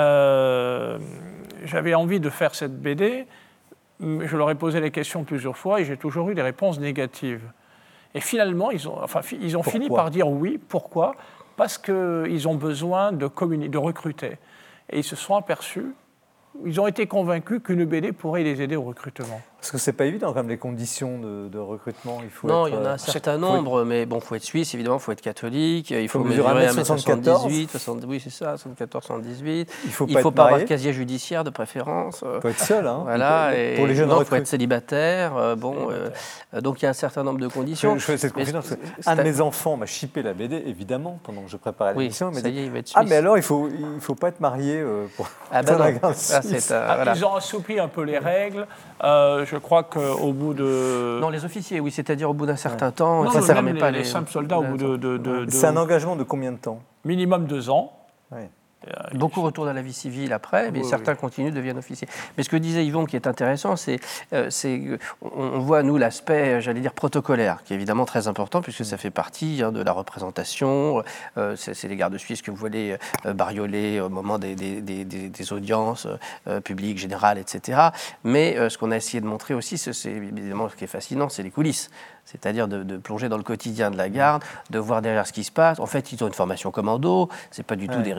j'avais envie de faire cette BD, je leur ai posé les questions plusieurs fois et j'ai toujours eu des réponses négatives. Et finalement, ils ont fini par dire oui. Pourquoi? Parce qu'ils ont besoin de recruter. Et ils se sont aperçus, ils ont été convaincus qu'une BD pourrait les aider au recrutement. Parce que c'est pas évident, comme les conditions de recrutement. Il y en a un certain nombre, mais bon, il faut être suisse, évidemment, il faut être catholique, il faut mesurer 1m78, oui, c'est ça, 74, 78. Il faut pas avoir de casier judiciaire de préférence. Il faut être seul, hein. Voilà, pour les jeunes, il faut être célibataire. Donc il y a un certain nombre de conditions. Je fais cette confidence. Un de mes enfants m'a chippé la BD, évidemment, pendant que je préparais l'émission. Ça y est, il va être suisse. Ah, mais alors, il faut pas être marié pour la garde suisse. Ils ont assoupli un peu les règles. Je crois qu'au bout de... Non, les officiers, oui, c'est-à-dire au bout d'un certain temps. Non, ça même pas les simples soldats, au bout de... C'est un engagement de combien de temps? Minimum 2 ans. Oui. Beaucoup retournent à la vie civile après, mais certains continuent, deviennent officiers. Mais ce que disait Yvon, qui est intéressant, c'est on voit, nous, l'aspect, j'allais dire, protocolaire, qui est évidemment très important, puisque ça fait partie de la représentation. C'est les gardes suisses que vous voulez barioler au moment des audiences publiques, générales, etc. Mais ce qu'on a essayé de montrer aussi, c'est évidemment ce qui est fascinant, c'est les coulisses. C'est-à-dire de plonger dans le quotidien de la garde, de voir derrière ce qui se passe. En fait, ils ont une formation commando, c'est pas du tout des rigolos.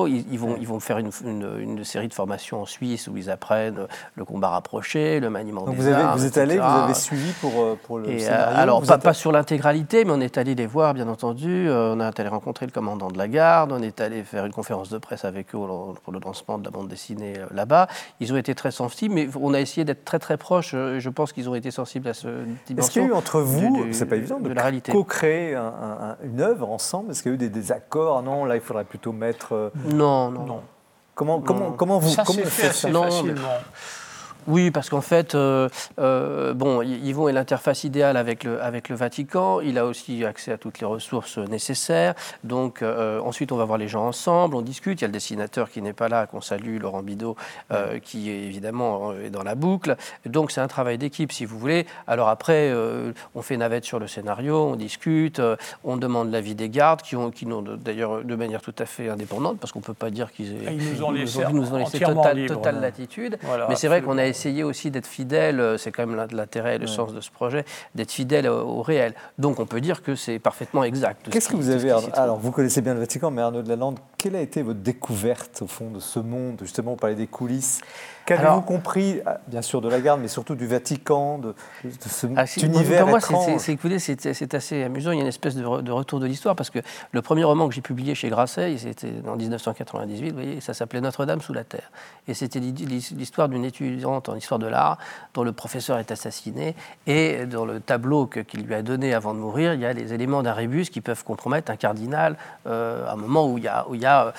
Vaticano, ils vont faire une série de formations en Suisse où ils apprennent le combat rapproché, le maniement donc des armes, vous êtes allé, vous avez suivi pour le scénario. Alors, pas sur l'intégralité, mais on est allé les voir, bien entendu. On est allé rencontrer le commandant de la garde, on est allé faire une conférence de presse avec eux pour le lancement de la bande dessinée là-bas. Ils ont été très sensibles, mais on a essayé d'être très très proches. Je pense qu'ils ont été sensibles à ce dimension. Est-ce qu'il y a eu entre vous, c'est pas évident, de la réalité, co-créer une œuvre ensemble? Est-ce qu'il y a eu des désaccords? Non, là il faudrait plutôt mettre. Non. Comment vous faites ça? Facilement. Oui, parce qu'en fait, Yvon est l'interface idéale avec le Vatican. Il a aussi accès à toutes les ressources nécessaires. Donc, ensuite, on va voir les gens ensemble, on discute. Il y a le dessinateur qui n'est pas là, qu'on salue, Laurent Bidot, qui évidemment est dans la boucle. Donc, c'est un travail d'équipe, si vous voulez. Alors après, on fait navette sur le scénario, on discute, on demande l'avis des gardes, qui n'ont d'ailleurs de manière tout à fait indépendante, parce qu'on ne peut pas dire qu'ils nous ont laissé totale latitude. Voilà, mais c'est vrai qu'on a essayé aussi d'être fidèle, c'est quand même l'intérêt et le sens de ce projet, d'être fidèle au réel. Donc on peut dire que c'est parfaitement exact. Qu'est-ce que vous avez... Alors vous connaissez bien le Vatican, mais Arnaud de Lalande, quelle a été votre découverte au fond de ce monde? Justement, vous parlez des coulisses. Qu'avez-vous compris, bien sûr de la garde, mais surtout du Vatican, de cet univers étrange? C'est assez amusant. Il y a une espèce de retour de l'histoire, parce que le premier roman que j'ai publié chez Grasset, c'était en 1998, vous voyez, ça s'appelait Notre-Dame sous la terre. Et c'était l'histoire d'une étudiante en histoire de l'art dont le professeur est assassiné, et dans le tableau qu'il lui a donné avant de mourir, il y a les éléments d'un rébus qui peuvent compromettre un cardinal à un moment où il y a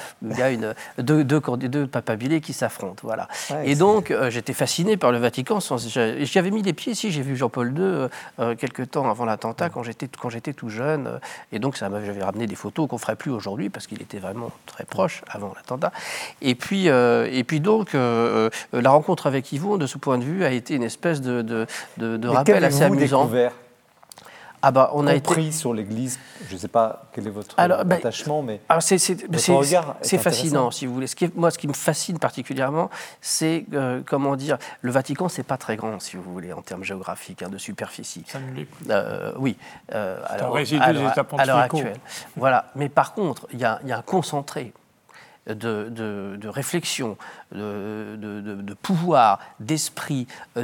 deux papabillets qui s'affrontent. Voilà. Ouais, et donc, j'étais fasciné par le Vatican. J'y avais mis les pieds ici. J'ai vu Jean-Paul II quelque temps avant l'attentat, quand j'étais tout jeune. Et donc, j'avais ramené des photos qu'on ne ferait plus aujourd'hui, parce qu'il était vraiment très proche avant l'attentat. Et puis donc, la rencontre avec Yvon, de ce point de vue, a été une espèce de rappel assez amusant. Découvert? On a été sur l'Église. Je ne sais pas quel est votre attachement, mais votre regard c'est fascinant, si vous voulez. Ce qui me fascine particulièrement, c'est le Vatican, c'est pas très grand, si vous voulez, en termes géographiques, de superficie. Ça me l'est. Oui. C'est un résidu des États pontificaux. À l'heure actuelle. Voilà. Mais par contre, il y a un concentré de réflexion, de pouvoir, d'esprit.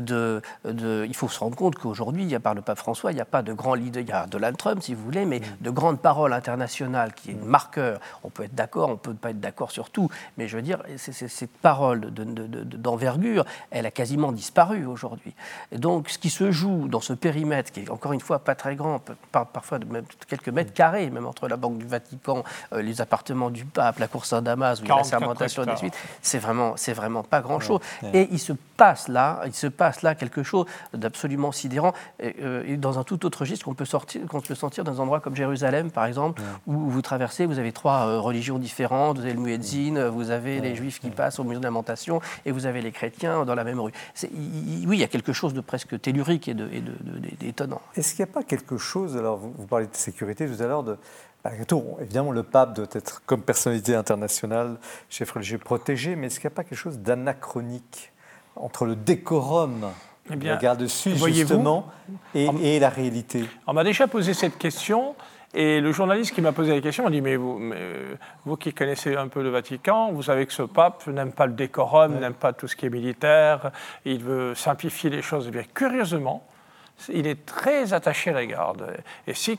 Il faut se rendre compte qu'aujourd'hui, par le pape François, il n'y a pas de grand leader, il y a Donald Trump, si vous voulez, mais de grandes paroles internationales qui est marqueur. On peut être d'accord, on ne peut pas être d'accord sur tout, mais je veux dire, cette parole d'envergure, elle a quasiment disparu aujourd'hui. Et donc, ce qui se joue dans ce périmètre, qui est encore une fois pas très grand, parfois même quelques mètres carrés, même entre la Banque du Vatican, les appartements du pape, la cour Saint-Damas, où il y a la sermentation des suites, c'est vraiment pas grand-chose. Et il se passe là quelque chose d'absolument sidérant, et dans un tout autre registre qu'on peut sentir dans un endroit comme Jérusalem, par exemple, où vous traversez, vous avez 3 religions différentes, vous avez le muezzin, vous avez les juifs qui passent au mur de lamentation, et vous avez les chrétiens dans la même rue. Oui, il y a quelque chose de presque tellurique et d'étonnant. Est-ce qu'il n'y a pas quelque chose, alors vous parlez de sécurité tout à l'heure, évidemment, le pape doit être, comme personnalité internationale, chef religieux protégé, mais est-ce qu'il n'y a pas quelque chose d'anachronique entre le décorum de la garde suisse, justement, et la réalité? On m'a déjà posé cette question, et le journaliste qui m'a posé la question m'a dit, mais vous qui connaissez un peu le Vatican, vous savez que ce pape n'aime pas le décorum, n'aime pas tout ce qui est militaire, il veut simplifier les choses. Et bien, curieusement, il est très attaché à la garde. Et si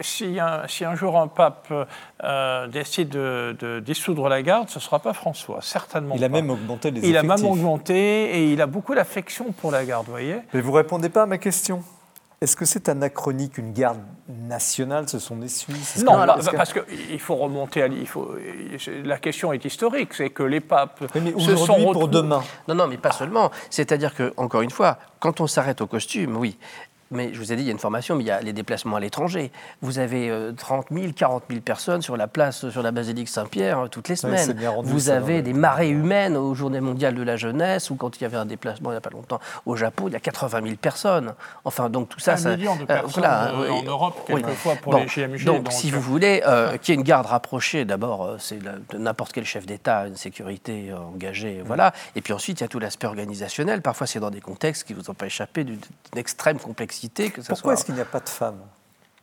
un jour un pape décide de dissoudre la garde, ce ne sera pas François, certainement pas. Il a même augmenté les effectifs. Il a même augmenté, et il a beaucoup d'affection pour la garde, vous voyez. Mais vous ne répondez pas à ma question. Est-ce que c'est anachronique, une garde nationale, ce sont des Suisses? Non, parce qu'il faut remonter la question est historique, c'est que les papes se sont retrouvés pour demain. Non, mais pas seulement. C'est-à-dire que, encore une fois, quand on s'arrête au costume, oui. Mais je vous ai dit, il y a une formation, mais il y a les déplacements à l'étranger. Vous avez 30 000, 40 000 personnes sur la place, sur la basilique Saint-Pierre, toutes les semaines. Vous avez des marées humaines aux Journées mondiales de la jeunesse, ou quand il y avait un déplacement il n'y a pas longtemps au Japon, il y a 80 000 personnes. Enfin, donc tout ça... 1 million de personnes en Europe, quelquefois, pour les JMJ. Donc, si vous voulez, qu'il y ait une garde rapprochée, d'abord, c'est de n'importe quel chef d'État, une sécurité engagée, voilà. Et puis ensuite, il y a tout l'aspect organisationnel. Parfois, c'est dans des contextes qui ne vous ont pas échappé d'une extrême complexité. Pourquoi est-ce qu'il n'y a pas de femmes?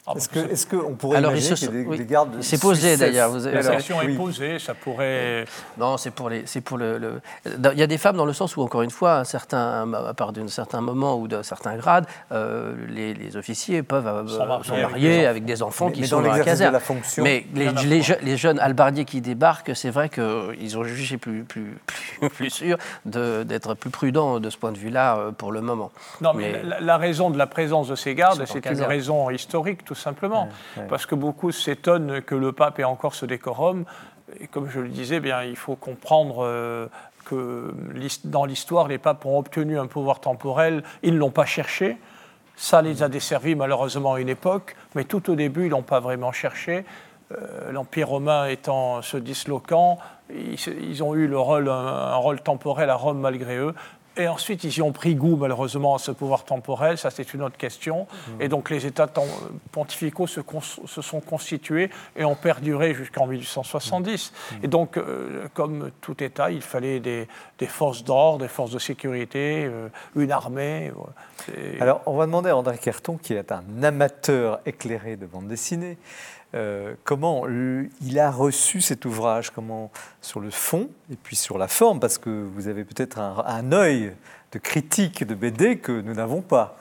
Est-ce qu'on pourrait imaginer qu'il y ait des gardes... C'est posé d'ailleurs. La question est posée, ça pourrait... Non, c'est pour le... Il y a des femmes dans le sens où, encore une fois, à part d'un certain moment ou d'un certain grade, les officiers peuvent se marier avec des enfants qui sont dans la caserne. De la fonction, mais les jeunes halbardiers qui débarquent, c'est vrai qu'ils ont jugé plus sûr d'être plus prudents de ce point de vue-là pour le moment. Non, mais la raison de la présence de ces gardes, c'est une raison historique, tout simplement. Parce que beaucoup s'étonnent que le pape ait encore ce décorum. Et comme je le disais, bien, il faut comprendre que dans l'histoire, les papes ont obtenu un pouvoir temporel. Ils ne l'ont pas cherché. Ça les a desservis malheureusement à une époque. Mais tout au début, ils ne l'ont pas vraiment cherché. L'Empire romain se disloquant, ils ont eu un rôle temporel à Rome malgré eux. Et ensuite, ils y ont pris goût, malheureusement, à ce pouvoir temporel. Ça, c'est une autre question. Et donc, les États pontificaux se sont constitués et ont perduré jusqu'en 1870. Et donc, comme tout État, il fallait des forces d'ordre, des forces de sécurité, une armée. Alors, on va demander à André Querton, qui est un amateur éclairé de bande dessinée, comment il a reçu cet ouvrage, comment sur le fond et puis sur la forme, parce que vous avez peut-être un œil de critique de BD que nous n'avons pas.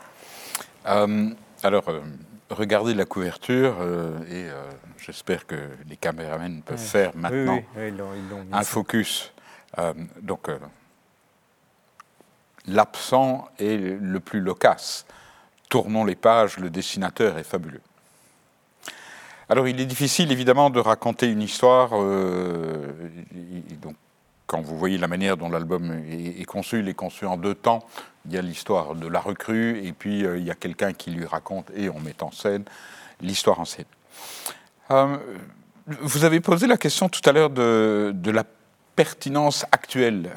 Regardez la couverture et j'espère que les caméramans peuvent faire maintenant ils l'ont un focus. L'absent est le plus loquace. Tournons les pages, le dessinateur est fabuleux. Alors, il est difficile, évidemment, de raconter une histoire. Donc, quand vous voyez la manière dont l'album est conçu, il est conçu en 2 temps. Il y a l'histoire de la recrue, et puis il y a quelqu'un qui lui raconte, et on met en scène, l'histoire en scène. Vous avez posé la question tout à l'heure de la pertinence actuelle.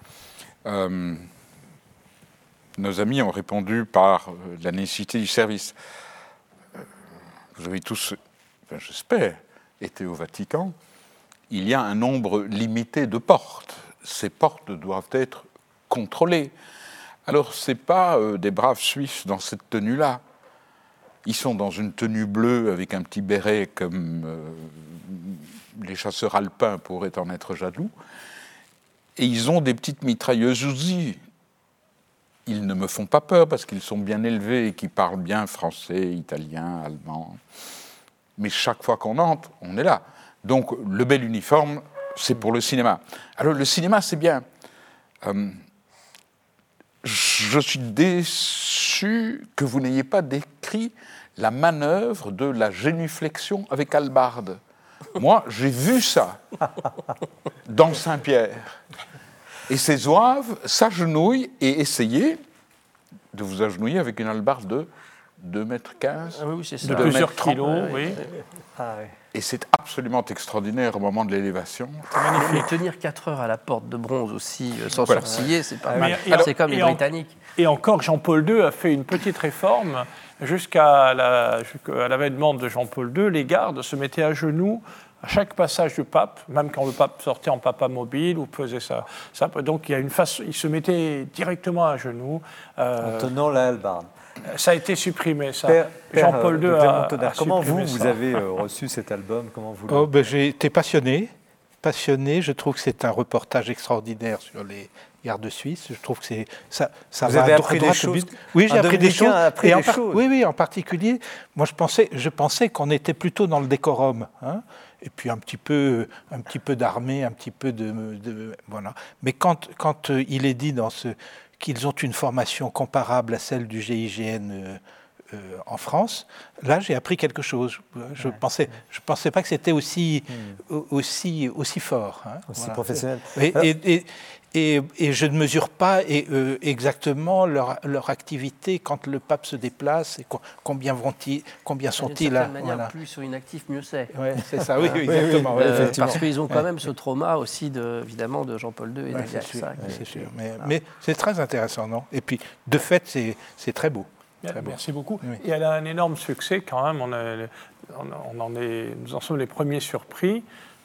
Nos amis ont répondu par la nécessité du service. Vous avez tous... j'espère, été au Vatican, il y a un nombre limité de portes. Ces portes doivent être contrôlées. Alors, ce n'est pas des braves Suisses dans cette tenue-là. Ils sont dans une tenue bleue avec un petit béret comme les chasseurs alpins pourraient en être jaloux. Et ils ont des petites mitrailleuses Uzi. Ils ne me font pas peur parce qu'ils sont bien élevés et qu'ils parlent bien français, italien, allemand. Mais chaque fois qu'on entre, on est là. Donc, le bel uniforme, c'est pour le cinéma. Alors, le cinéma, c'est bien. Je suis déçu que vous n'ayez pas décrit la manœuvre de la génuflexion avec hallebarde. Moi, j'ai vu ça dans Saint-Pierre. Et ces zouaves s'agenouillent et essayez de vous agenouiller avec une hallebarde de 2,15 mètres. Oui, c'est ça. De plusieurs kilos, oui. Et c'est absolument extraordinaire au moment de l'élévation. C'est magnifique. Mais tenir 4 heures à la porte de bronze aussi, sans sourciller, c'est pas mal. C'est comme les Britanniques. Et encore, Jean-Paul II a fait une petite réforme. Jusqu'à l'avènement de Jean-Paul II, les gardes se mettaient à genoux à chaque passage du pape, même quand le pape sortait en papa mobile ou faisait ça. Donc il y a une façon, il se mettait directement à genoux. En tenant la hallebarde. Ça a été supprimé, ça. Jean-Paul II a comment vous avez reçu cet album? Comment vous j'ai été passionné. Je trouve que c'est un reportage extraordinaire sur les gardes suisses. Je trouve que ça vous avez appris des choses. Oui, j'ai appris des choses. Oui, en particulier, moi je pensais qu'on était plutôt dans le décorum, hein, et puis un petit peu d'armée, un petit peu de voilà. Mais quand il est dit qu'ils ont une formation comparable à celle du GIGN en France, là j'ai appris quelque chose. Je pensais pas que c'était aussi fort, hein, aussi professionnel. Et je ne mesure pas exactement leur activité quand le pape se déplace et combien sont-ils là. D'une certaine manière, plus sur inactif, mieux c'est. Ouais, c'est ça, oui, exactement. Parce qu'ils ont quand même ce trauma aussi évidemment de Jean-Paul II et de c'est sûr. Mais c'est très intéressant, non? Et puis, de fait, c'est très beau. Merci beaucoup. Oui. Et elle a un énorme succès quand même. Nous en sommes les premiers surpris.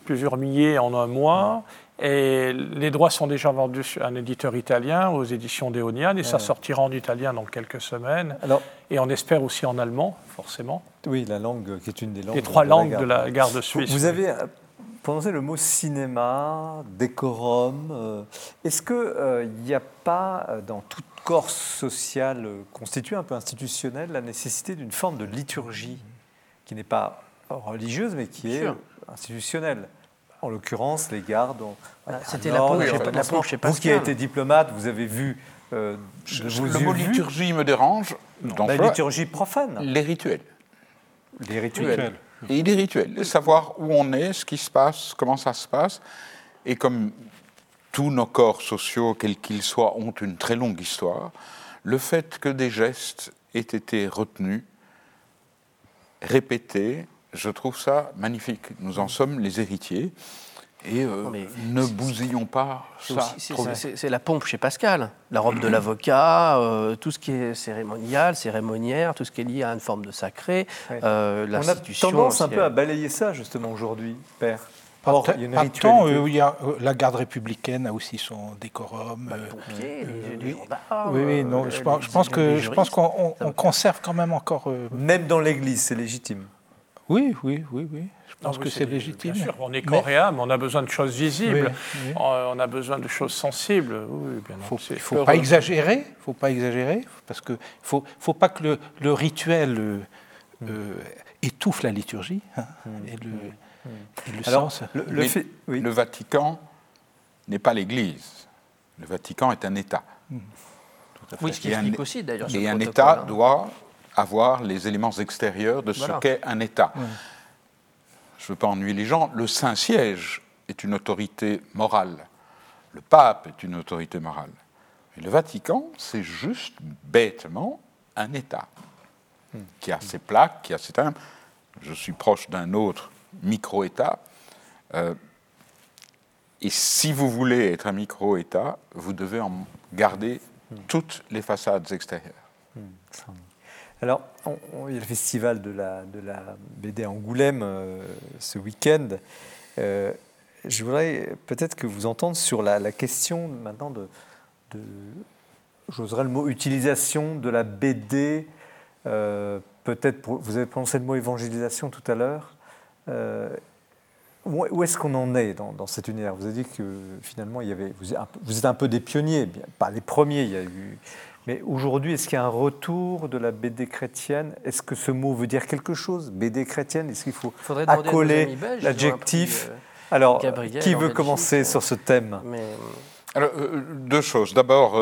plusieurs milliers en un mois. Et les droits sont déjà vendus sur un éditeur italien, aux éditions d'Eonian, et ça sortira en italien dans quelques semaines. Et on espère aussi en allemand, forcément. Oui, la langue qui est une des langues. Les 3 langues de la garde suisse. Vous avez prononcé le mot cinéma, décorum. Est-ce qu'il n'y a pas, dans toute corps social constitué, un peu institutionnel, la nécessité d'une forme de liturgie qui n'est pas religieuse, mais qui est institutionnelle? En l'occurrence, les gardes ont... C'était la pompe chez Pascal. Vous qui avez été diplomate, vous avez vu... le mot liturgie me dérange. La liturgie profane. Les rituels. Les rituels. Et les rituels. Savoir où on est, ce qui se passe, comment ça se passe. Et comme tous nos corps sociaux, quels qu'ils soient, ont une très longue histoire, le fait que des gestes aient été retenus, répétés, je trouve ça magnifique. Nous en sommes les héritiers et ne bousillons pas ça. C'est la pompe chez Pascal, la robe de l'avocat, tout ce qui est cérémonial, cérémoniaire, tout ce qui est lié à une forme de sacré, l'institution. On a tendance un peu à balayer ça justement aujourd'hui, Père. Or, il y a une la garde républicaine a aussi son décorum. Les pompiers, les gendarmes. Oui, non, je pense qu'on conserve quand même encore. Même dans l'Église, c'est légitime. Oui. Je pense que c'est légitime. Bien sûr, on est coréen, mais on a besoin de choses visibles. Oui. On a besoin de choses sensibles. Oui, bien il ne faut pas exagérer. Parce qu'il ne faut pas que le rituel étouffe la liturgie et le sens. Le Vatican n'est pas l'Église. Le Vatican est un État. Oui, ce qui explique aussi, d'ailleurs. Et un État doit avoir les éléments extérieurs de ce qu'est un État. Je ne veux pas ennuyer les gens. Le Saint-Siège est une autorité morale. Le pape est une autorité morale. Et le Vatican, c'est juste bêtement un État qui a ses plaques, qui a ses timbres. Je suis proche d'un autre micro-État. Et si vous voulez être un micro-État, vous devez en garder toutes les façades extérieures. Alors, il y a le festival de la BD à Angoulême ce week-end. Je voudrais peut-être que vous entendre sur la question maintenant de j'oserais le mot, utilisation de la BD. Peut-être, vous avez prononcé le mot évangélisation tout à l'heure. Où est-ce qu'on en est dans cet univers? Vous avez dit que finalement, vous êtes un peu des pionniers, pas les premiers, il y a eu... Mais aujourd'hui, est-ce qu'il y a un retour de la BD chrétienne? Est-ce que ce mot veut dire quelque chose? BD chrétienne, est-ce qu'il faut accoler l'adjectif? Alors, Gabriel, qui veut commencer sur ce thème? Alors, 2 choses. D'abord,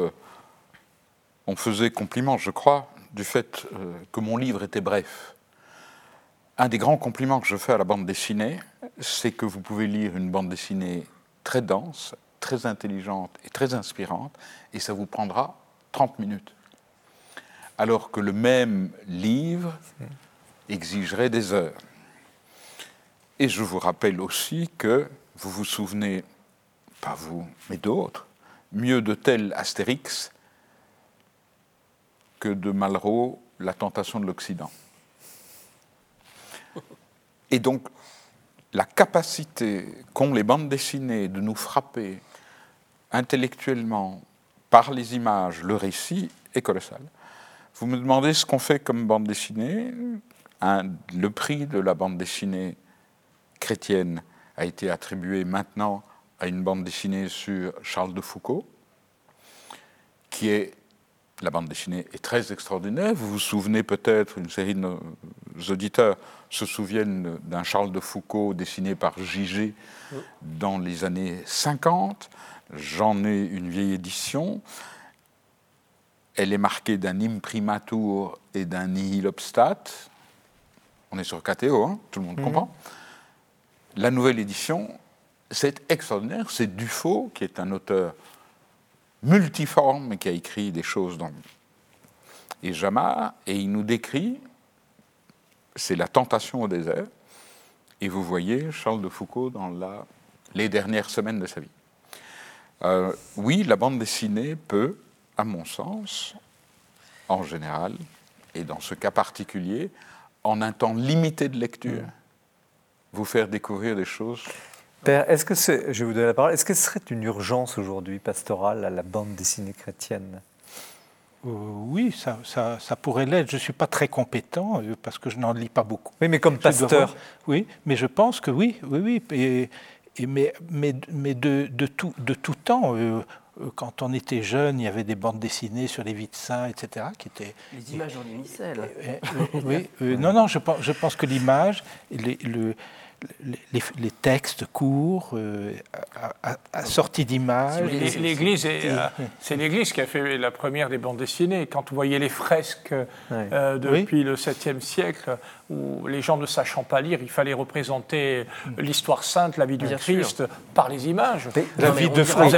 on faisait compliment, je crois, du fait que mon livre était bref. Un des grands compliments que je fais à la bande dessinée, c'est que vous pouvez lire une bande dessinée très dense, très intelligente et très inspirante, et ça vous prendra 30 minutes. Alors que le même livre exigerait des heures. Et je vous rappelle aussi que vous vous souvenez, pas vous, mais d'autres, mieux de tel Astérix que de Malraux, La tentation de l'Occident. Et donc, la capacité qu'ont les bandes dessinées de nous frapper intellectuellement par les images, le récit, est colossal. Vous me demandez ce qu'on fait comme bande dessinée. Le prix de la bande dessinée chrétienne a été attribué maintenant à une bande dessinée sur Charles de Foucault, qui est... La bande dessinée est très extraordinaire. Vous vous souvenez peut-être, une série de nos auditeurs se souviennent d'un Charles de Foucault dessiné par Gigé dans les années 50. J'en ai une vieille édition. Elle est marquée d'un imprimatur et d'un nihil obstat. On est sur KTO, hein, tout le monde comprend. La nouvelle édition, c'est extraordinaire. C'est Dufaux, qui est un auteur multiforme, mais qui a écrit des choses dans et Jamar, et il nous décrit, c'est la tentation au désert, et vous voyez Charles de Foucault dans les dernières semaines de sa vie. Oui, la bande dessinée peut, à mon sens, en général, et dans ce cas particulier, en un temps limité de lecture, vous faire découvrir des choses. Père, je vais vous donner la parole, est-ce que ce serait une urgence aujourd'hui pastorale à la bande dessinée chrétienne ? Oui, ça pourrait l'être. Je ne suis pas très compétent parce que je n'en lis pas beaucoup. Oui, mais comme pasteur. Oui, mais je pense que oui. Mais de tout temps, quand on était jeune, il y avait des bandes dessinées sur les vies de saints, etc. qui étaient... Les images en unicelle. Oui, non, je pense que l'image, les textes courts, assortis d'images. C'est l'Église qui a fait la première des bandes dessinées. Quand vous voyez les fresques depuis le 7e siècle, où les gens ne sachant pas lire, il fallait représenter l'histoire sainte, la vie du Christ, par les images. La vie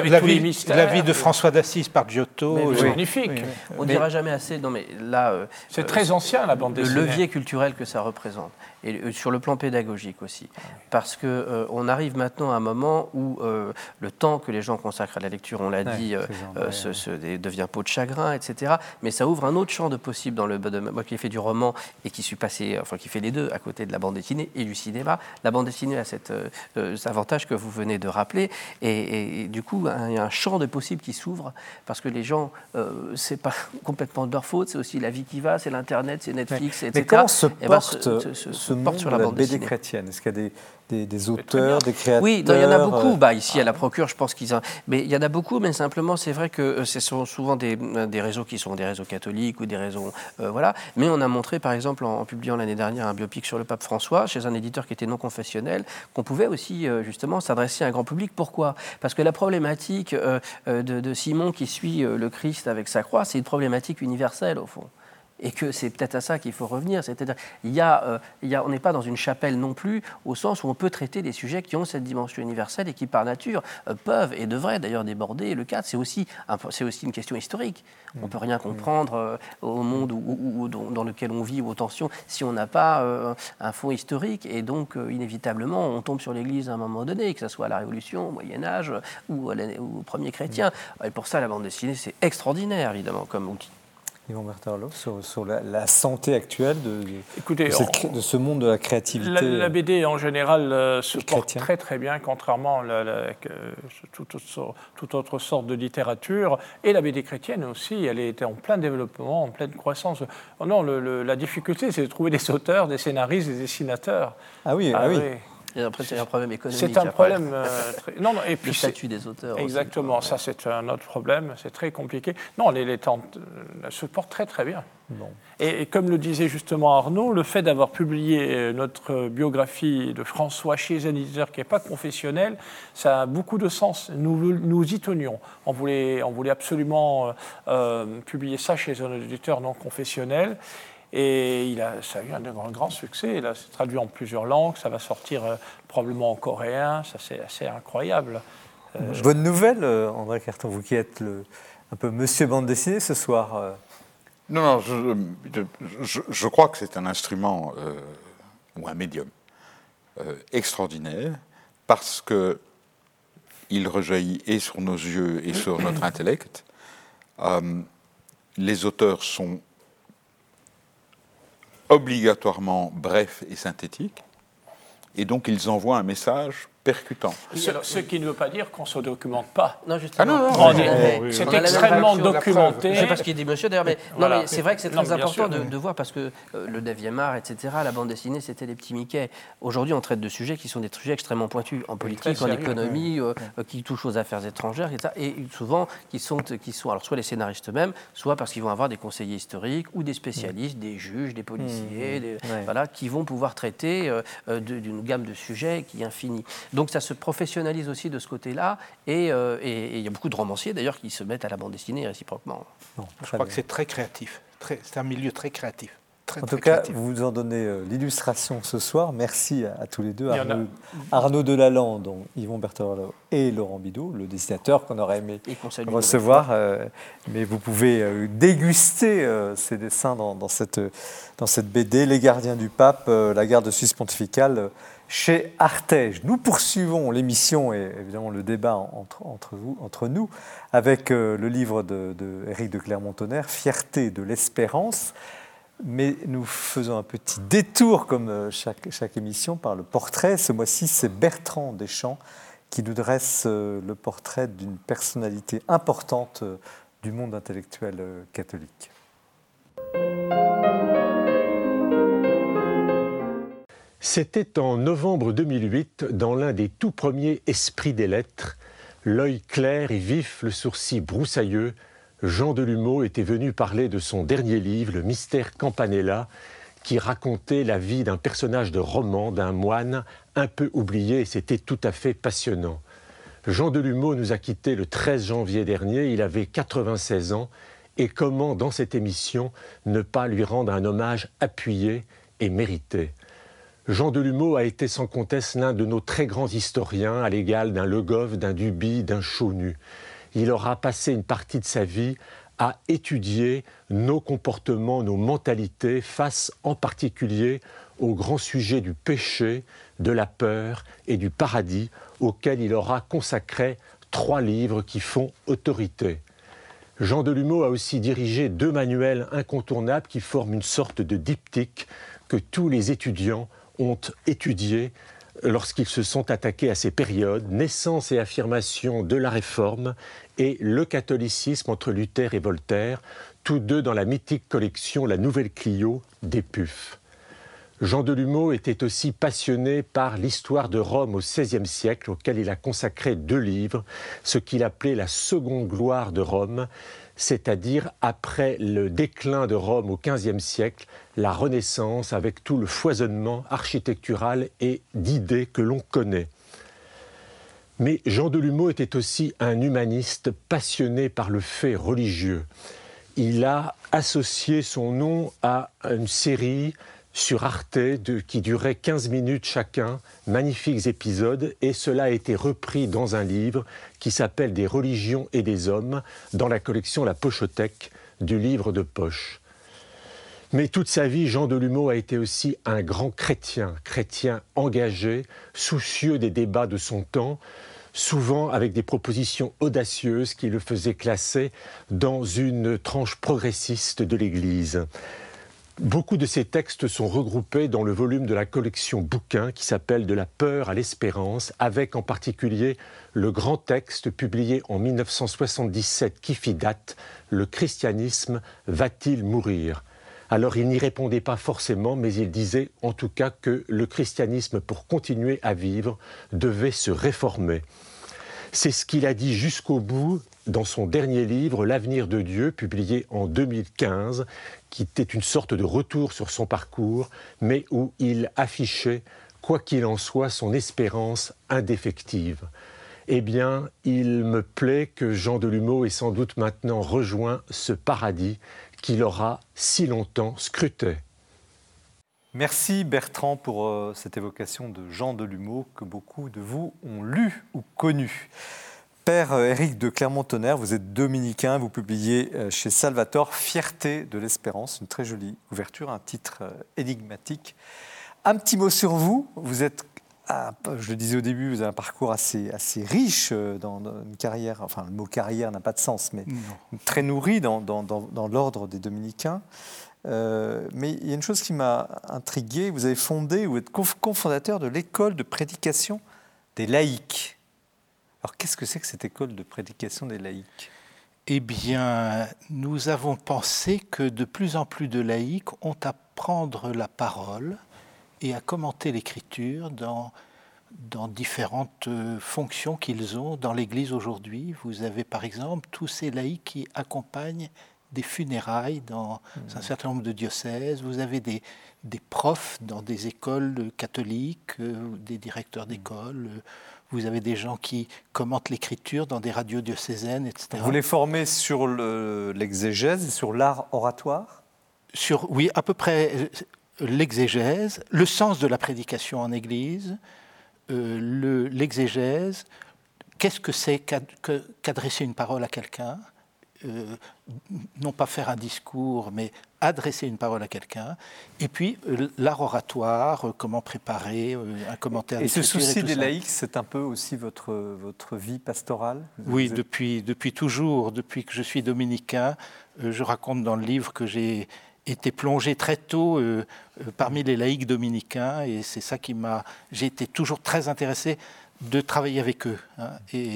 de François d'Assise par Giotto. C'est magnifique. On ne dira jamais assez. Non, mais là, c'est très ancien, la bande dessinée. Le levier culturel que ça représente. Et sur le plan pédagogique aussi. Parce qu'on arrive maintenant à un moment où le temps que les gens consacrent à la lecture, on l'a dit, devient peau de chagrin, etc. Mais ça ouvre un autre champ de possible dans le... Moi qui ai fait du roman et qui suis passé... qui fait les deux à côté de la bande dessinée et du cinéma. La bande dessinée a cet avantage que vous venez de rappeler. Et du coup, il y a un champ de possible qui s'ouvre parce que les gens, c'est pas complètement de leur faute, c'est aussi la vie qui va, c'est l'Internet, c'est Netflix, etc. Mais comment se porte ce monde sur de la la BD dessinée chrétienne? Est-ce qu'il y a des auteurs, des créateurs? Oui, il y en a beaucoup. Ici, à la Procure, je pense qu'ils ont... Mais il y en a beaucoup, mais simplement, c'est vrai que ce sont souvent des réseaux qui sont des réseaux catholiques ou des réseaux... voilà. Mais on a montré, par exemple, en publiant l'année dernière un biopic sur le pape François, chez un éditeur qui était non confessionnel, qu'on pouvait aussi, justement, s'adresser à un grand public. Pourquoi? Parce que la problématique de Simon qui suit le Christ avec sa croix, c'est une problématique universelle, au fond. Et que c'est peut-être à ça qu'il faut revenir. C'est-à-dire, on n'est pas dans une chapelle non plus, au sens où on peut traiter des sujets qui ont cette dimension universelle et qui, par nature, peuvent et devraient d'ailleurs déborder le cadre. C'est aussi une question historique. On ne peut rien comprendre au monde dans lequel on vit, aux tensions, si on n'a pas un fond historique. Et donc, inévitablement, on tombe sur l'Église à un moment donné, que ce soit à la Révolution, au Moyen-Âge ou aux premiers chrétiens. Et pour ça, la bande dessinée, c'est extraordinaire, évidemment, comme outil. Yvon Berterlo, sur la santé actuelle Écoutez, de ce monde de la créativité. La BD en général se porte très très bien, contrairement à toute autre sorte de littérature. Et la BD chrétienne aussi, elle était en plein développement, en pleine croissance. Non, la difficulté, c'est de trouver des auteurs, des scénaristes, des dessinateurs. Ah oui. Et après, c'est un problème économique. C'est un problème... et puis le statut des auteurs. Exactement, aussi. Ça c'est un autre problème, c'est très compliqué. Non, les temps se portent très très bien. Bon. Et comme le disait justement Arnaud, le fait d'avoir publié notre biographie de François chez un éditeur qui n'est pas confessionnel, ça a beaucoup de sens. Nous y tenions. On voulait absolument publier ça chez un éditeur non confessionnel. Et ça a eu un grand succès. Là, c'est traduit en plusieurs langues. Ça va sortir probablement en coréen. Ça, c'est assez incroyable. Bonne nouvelle, André Carton, vous qui êtes un peu monsieur bande dessinée ce soir. Non, je crois que c'est un instrument ou un médium extraordinaire parce qu'il rejaillit et sur nos yeux et sur notre intellect. Les auteurs sont obligatoirement bref et synthétique, et donc ils envoient un message percutant. Ce qui ne veut pas dire qu'on ne se documente pas. Non, justement. C'est extrêmement documenté. Je ne sais pas ce qu'il dit, monsieur, d'ailleurs, mais, mais c'est vrai que c'est très important de voir, parce que le 9e art, etc., la bande dessinée, c'était les petits Mickey. Aujourd'hui, on traite de sujets qui sont des sujets extrêmement pointus, en politique, en économie, qui touchent aux affaires étrangères, etc., et souvent qui sont alors soit les scénaristes eux-mêmes, soit parce qu'ils vont avoir des conseillers historiques ou des spécialistes, des juges, des policiers, qui vont pouvoir traiter d'une gamme de sujets qui est infinie. Donc ça se professionnalise aussi de ce côté-là, et il y a beaucoup de romanciers d'ailleurs qui se mettent à la bande dessinée réciproquement. Je crois que c'est très créatif, c'est un milieu très créatif. En tout cas, vous nous en donnez l'illustration ce soir. Merci à tous les deux, Arnaud Delalande, Yvon Berterlo et Laurent Bidault, le dessinateur qu'on aurait aimé recevoir. Mais vous pouvez déguster ces dessins dans cette BD, Les Gardiens du Pape, la garde suisse pontificale, chez Artege. Nous poursuivons l'émission et évidemment le débat entre nous avec le livre de Éric de Clermont-Tonnerre, Fierté de l'espérance. Mais nous faisons un petit détour, comme chaque émission, par le portrait. Ce mois-ci, c'est Bertrand Deschamps qui nous dresse le portrait d'une personnalité importante du monde intellectuel catholique. C'était en novembre 2008, dans l'un des tout premiers esprits des lettres, l'œil clair et vif, le sourcil broussailleux, Jean Delumeau était venu parler de son dernier livre, Le Mystère Campanella, qui racontait la vie d'un personnage de roman, d'un moine un peu oublié, et c'était tout à fait passionnant. Jean Delumeau nous a quittés le 13 janvier dernier, il avait 96 ans, et comment, dans cette émission, ne pas lui rendre un hommage appuyé et mérité. Jean Delumeau a été sans conteste l'un de nos très grands historiens, à l'égal d'un Le Goff, d'un Duby, d'un Chaunu. Il aura passé une partie de sa vie à étudier nos comportements, nos mentalités, face en particulier au grand sujet du péché, de la peur et du paradis, auquel il aura consacré 3 livres qui font autorité. Jean Delumeau a aussi dirigé 2 manuels incontournables qui forment une sorte de diptyque que tous les étudiants ont étudié lorsqu'ils se sont attaqués à ces périodes, Naissance et affirmation de la Réforme et Le catholicisme entre Luther et Voltaire, tous 2 dans la mythique collection La Nouvelle Clio des Puffs. Jean Delumeau était aussi passionné par l'histoire de Rome au XVIe siècle, auquel il a consacré 2 livres, ce qu'il appelait la seconde gloire de Rome, c'est-à-dire après le déclin de Rome au XVe siècle, la Renaissance avec tout le foisonnement architectural et d'idées que l'on connaît. Mais Jean Delumeau était aussi un humaniste passionné par le fait religieux. Il a associé son nom à une série sur Arte qui durait 15 minutes chacun, magnifiques épisodes, et cela a été repris dans un livre qui s'appelle « Des religions et des hommes » dans la collection La Pochothèque du livre de poche. Mais toute sa vie, Jean Delumeau a été aussi un grand chrétien engagé, soucieux des débats de son temps, souvent avec des propositions audacieuses qui le faisaient classer dans une tranche progressiste de l'Église. Beaucoup de ces textes sont regroupés dans le volume de la collection Bouquins qui s'appelle « De la peur à l'espérance », avec en particulier le grand texte publié en 1977 qui fit date, « Le christianisme va-t-il mourir ?» Alors il n'y répondait pas forcément, mais il disait en tout cas que le christianisme, pour continuer à vivre, devait se réformer. C'est ce qu'il a dit jusqu'au bout dans son dernier livre, L'avenir de Dieu, publié en 2015, qui était une sorte de retour sur son parcours, mais où il affichait, quoi qu'il en soit, son espérance indéfectible. Eh bien, il me plaît que Jean Delumeau ait sans doute maintenant rejoint ce paradis qu'il aura si longtemps scruté. Merci Bertrand pour cette évocation de Jean Delumeau que beaucoup de vous ont lu ou connu. Père Éric de Clermont-Tonnerre, vous êtes dominicain, vous publiez chez Salvator Fierté de l'espérance, une très jolie ouverture, un titre énigmatique. Un petit mot sur vous, vous êtes, je le disais au début, vous avez un parcours assez riche dans une carrière, enfin le mot carrière n'a pas de sens, mais très nourri dans l'ordre des dominicains. Mais il y a une chose qui m'a intrigué, vous avez fondé, vous êtes cofondateur de l'école de prédication des laïcs. Alors, qu'est-ce que c'est que cette école de prédication des laïcs ? Eh bien, nous avons pensé que de plus en plus de laïcs ont à prendre la parole et à commenter l'Écriture dans différentes fonctions qu'ils ont dans l'Église aujourd'hui. Vous avez par exemple tous ces laïcs qui accompagnent des funérailles dans un certain nombre de diocèses. Vous avez des profs dans des écoles catholiques, des directeurs d'école. Vous avez des gens qui commentent l'Écriture dans des radios diocésaines, etc. Vous les formez sur l'exégèse et sur l'art oratoire ? Oui, à peu près l'exégèse, le sens de la prédication en Église, l'exégèse, qu'est-ce que c'est qu'adresser une parole à quelqu'un ? Non pas faire un discours, mais adresser une parole à quelqu'un. Et puis, l'art oratoire, comment préparer un commentaire d'écriture. Et ce souci des laïcs, c'est un peu aussi votre vie pastorale ? Oui, depuis toujours, depuis que je suis dominicain. Je raconte dans le livre que j'ai été plongé très tôt parmi les laïcs dominicains, et c'est ça qui m'a... J'ai été toujours très intéressé de travailler avec eux. Hein,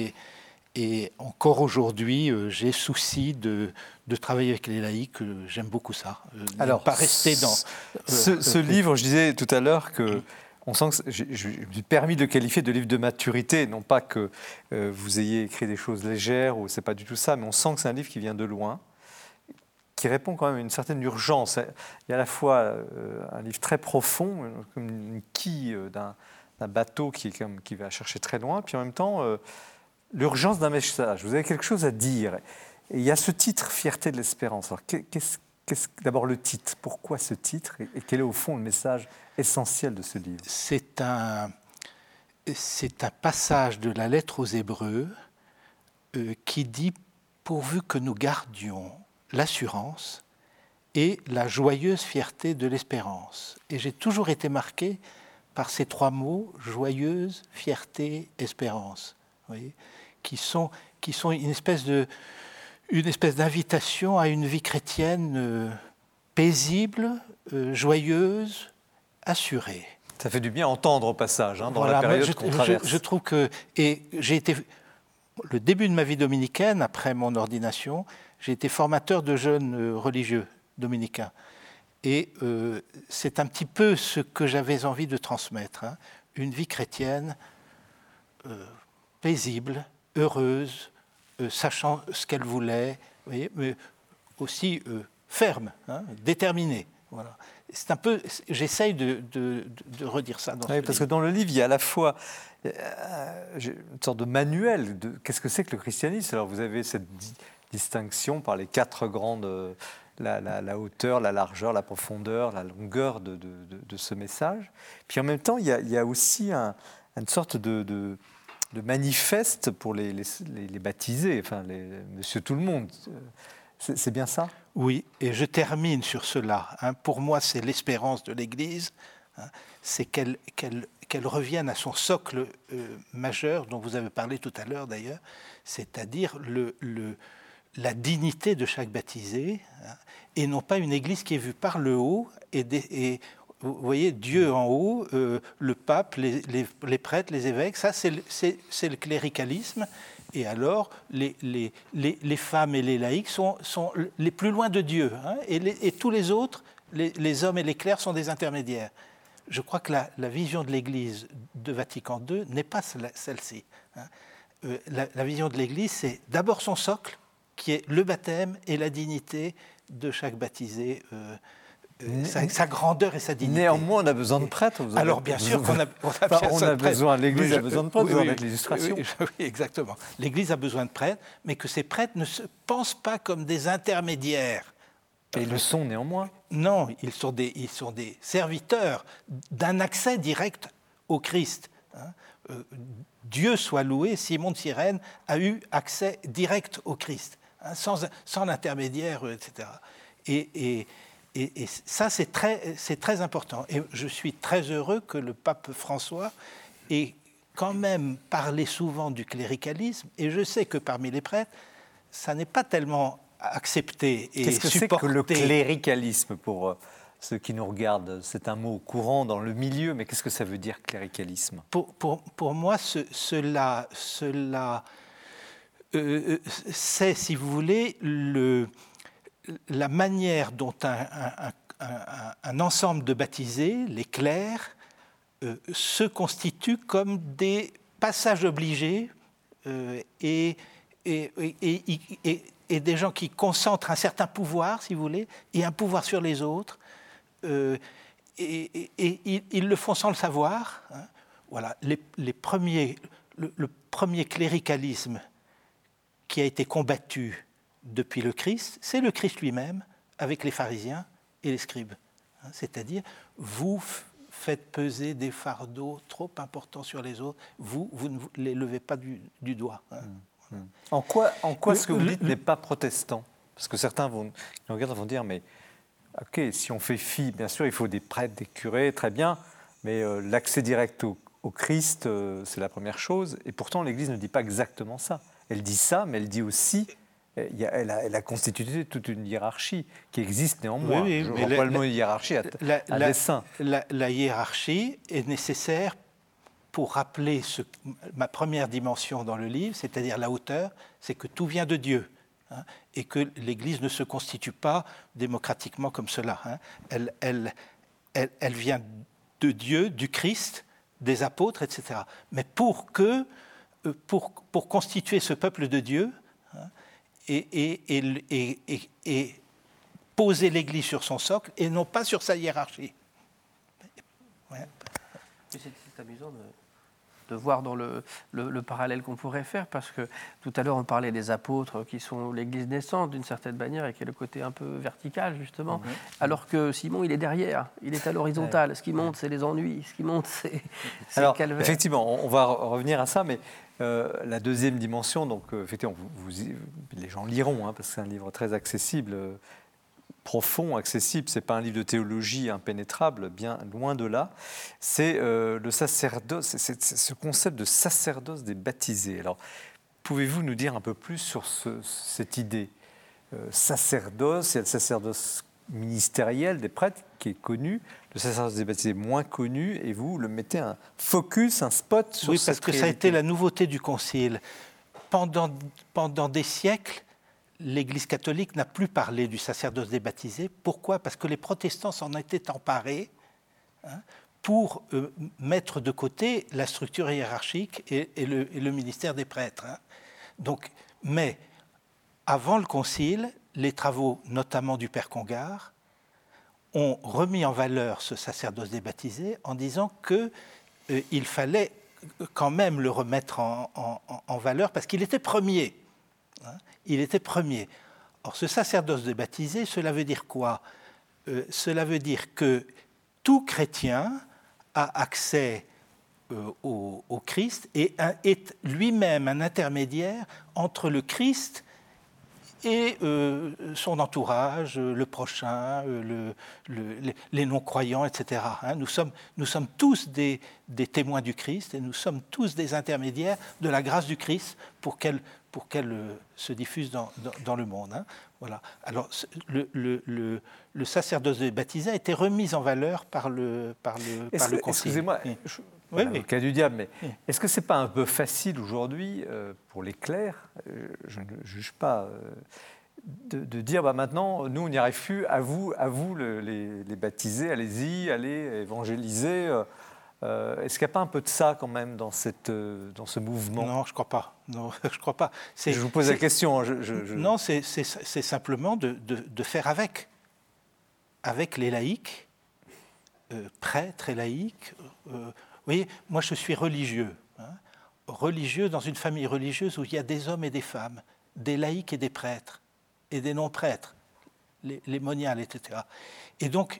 et encore aujourd'hui, j'ai souci de travailler avec les laïcs. J'aime beaucoup ça. Alors, pas rester dans... ce livre, je disais tout à l'heure que on sent que je me suis permis de le qualifier de livre de maturité, non pas que vous ayez écrit des choses légères, ou c'est pas du tout ça, mais on sent que c'est un livre qui vient de loin, qui répond quand même à une certaine urgence. Il y a à la fois un livre très profond, comme une quille d'un bateau qui va chercher très loin, puis en même temps l'urgence d'un message. Vous avez quelque chose à dire. Et il y a ce titre, Fierté de l'espérance. Alors, d'abord le titre, pourquoi ce titre et quel est au fond le message essentiel de ce livre? C'est un passage de la lettre aux Hébreux qui dit « Pourvu que nous gardions l'assurance et la joyeuse fierté de l'espérance ». Et j'ai toujours été marqué par ces trois mots, joyeuse, fierté, espérance, vous voyez, qui sont une espèce d'invitation à une vie chrétienne paisible, joyeuse, assurée. Ça fait du bien entendre au passage, hein, dans voilà, la période qu'on traverse. Je trouve que... Et j'ai été... Le début de ma vie dominicaine, après mon ordination, j'ai été formateur de jeunes religieux dominicains. Et c'est un petit peu ce que j'avais envie de transmettre. Hein. Une vie chrétienne paisible, heureuse, sachant ce qu'elle voulait, vous voyez, mais aussi ferme, hein, déterminée. Voilà. C'est un peu, j'essaye de redire ça dans ce livre. Parce que dans le livre, il y a à la fois une sorte de manuel de qu'est-ce que c'est que le christianisme. Alors vous avez cette distinction par les quatre grandes... La hauteur, la largeur, la profondeur, la longueur de ce message. Puis en même temps, il y a aussi une sorte de manifeste pour les baptisés, enfin monsieur tout le monde. C'est bien ça? Oui, et je termine sur cela. Hein. Pour moi, c'est l'espérance de l'Église. Hein. C'est qu'elle revienne à son socle majeur, dont vous avez parlé tout à l'heure d'ailleurs, c'est-à-dire la dignité de chaque baptisé, hein, et non pas une Église qui est vue par le haut, et vous voyez, Dieu en haut, le pape, les prêtres, les évêques, ça c'est le cléricalisme, et alors les femmes et les laïcs sont les plus loin de Dieu, hein, et tous les autres, les hommes et les clercs sont des intermédiaires. Je crois que la vision de l'Église de Vatican II n'est pas celle-ci. Hein. La vision de l'Église, c'est d'abord son socle, qui est le baptême et la dignité de chaque baptisé, sa grandeur et sa dignité. Néanmoins, on a besoin de prêtres. Alors bien sûr qu'on a besoin, l'Église a besoin de prêtres, vous en êtes l'illustration. Oui, exactement. L'Église a besoin de prêtres, mais que ces prêtres ne se pensent pas comme des intermédiaires. Et ils le sont néanmoins. Non, ils sont des serviteurs d'un accès direct au Christ. Hein. Dieu soit loué, Simon de Cyrène a eu accès direct au Christ, hein, sans l'intermédiaire, etc. Et ça, c'est très important. Et je suis très heureux que le pape François ait quand même parlé souvent du cléricalisme, et je sais que parmi les prêtres, ça n'est pas tellement accepté et supporté. Qu'est-ce que c'est que le cléricalisme pour ceux qui nous regardent? C'est un mot courant dans le milieu, mais qu'est-ce que ça veut dire, cléricalisme? Pour moi, cela c'est, si vous voulez, la manière dont un ensemble de baptisés, les clercs, se constituent comme des passages obligés et des gens qui concentrent un certain pouvoir, si vous voulez, et un pouvoir sur les autres, et ils le font sans le savoir. Hein. Voilà, le premier cléricalisme qui a été combattu depuis le Christ, c'est le Christ lui-même, avec les pharisiens et les scribes. Hein, c'est-à-dire, vous faites peser des fardeaux trop importants sur les autres, vous ne les levez pas du doigt. Hein. En quoi ce que vous dites n'est pas protestant? Parce que certains nous regardent, vont dire, mais ok, si on fait fi, bien sûr, il faut des prêtres, des curés, très bien, mais l'accès direct au Christ, c'est la première chose. Et pourtant, l'Église ne dit pas exactement ça. Elle dit ça, mais elle dit aussi elle a constitué toute une hiérarchie qui existe néanmoins. Oui, je vois le mot hiérarchie à dessein. La hiérarchie est nécessaire pour rappeler ma première dimension dans le livre, c'est-à-dire la hauteur, c'est que tout vient de Dieu, hein, et que l'Église ne se constitue pas démocratiquement comme cela. Hein. Elle vient de Dieu, du Christ, des apôtres, etc. Mais pour constituer ce peuple de Dieu, hein, et poser l'Église sur son socle et non pas sur sa hiérarchie. Ouais. C'est amusant de voir dans le parallèle qu'on pourrait faire, parce que tout à l'heure on parlait des apôtres qui sont l'Église naissante d'une certaine manière et qui est le côté un peu vertical justement, alors que Simon il est derrière, il est à l'horizontale. Ce qui monte c'est les ennuis, ce qui monte c'est le calvaire. Effectivement, on va revenir à ça, mais la deuxième dimension, donc effectivement, les gens liront, hein, parce que c'est un livre très accessible, profond, accessible, c'est pas un livre de théologie impénétrable, bien loin de là. C'est le sacerdoce, c'est ce concept de sacerdoce des baptisés. Alors, pouvez-vous nous dire un peu plus sur cette idée sacerdoce? Il y a le sacerdoce ministériel des prêtres qui est connu, le sacerdoce des baptisés moins connu, et vous le mettez un focus, un spot sur cette réalité. Oui, parce que ça a été la nouveauté du Concile. Pendant des siècles, l'Église catholique n'a plus parlé du sacerdoce des baptisés. Pourquoi? Parce que les protestants s'en étaient emparés, hein, pour mettre de côté la structure hiérarchique et le ministère des prêtres. Hein. Donc, mais avant le Concile, les travaux, notamment du Père Congar, ont remis en valeur ce sacerdoce des baptisés en disant qu'il fallait quand même le remettre en valeur parce qu'il était premier. Hein. Il était premier. Or, ce sacerdoce des baptisés, cela veut dire quoi? Cela veut dire que tout chrétien a accès au Christ et est lui-même un intermédiaire entre le Christ et son entourage, le prochain, les non-croyants, etc. Hein, nous sommes tous des témoins du Christ et nous sommes tous des intermédiaires de la grâce du Christ pour qu'elle se diffuse dans le monde. Hein. Voilà. Alors, le sacerdoce des baptisés a été remis en valeur par le Concile. Excusez-moi, oui. Le cas du diable, mais est-ce que ce n'est pas un peu facile aujourd'hui pour les clercs, je ne juge pas, de dire maintenant, nous on n'y arrive plus, à vous les baptisés, allez-y, allez évangéliser. Est-ce qu'il n'y a pas un peu de ça quand même dans ce mouvement? Non, je ne crois pas. Non, je crois pas. Je vous pose la question. Non, c'est simplement de faire avec les laïcs, prêtres et laïcs. Vous voyez, moi je suis religieux. Hein, religieux dans une famille religieuse où il y a des hommes et des femmes, des laïcs et des prêtres, et des non-prêtres, les moniales, etc. Et donc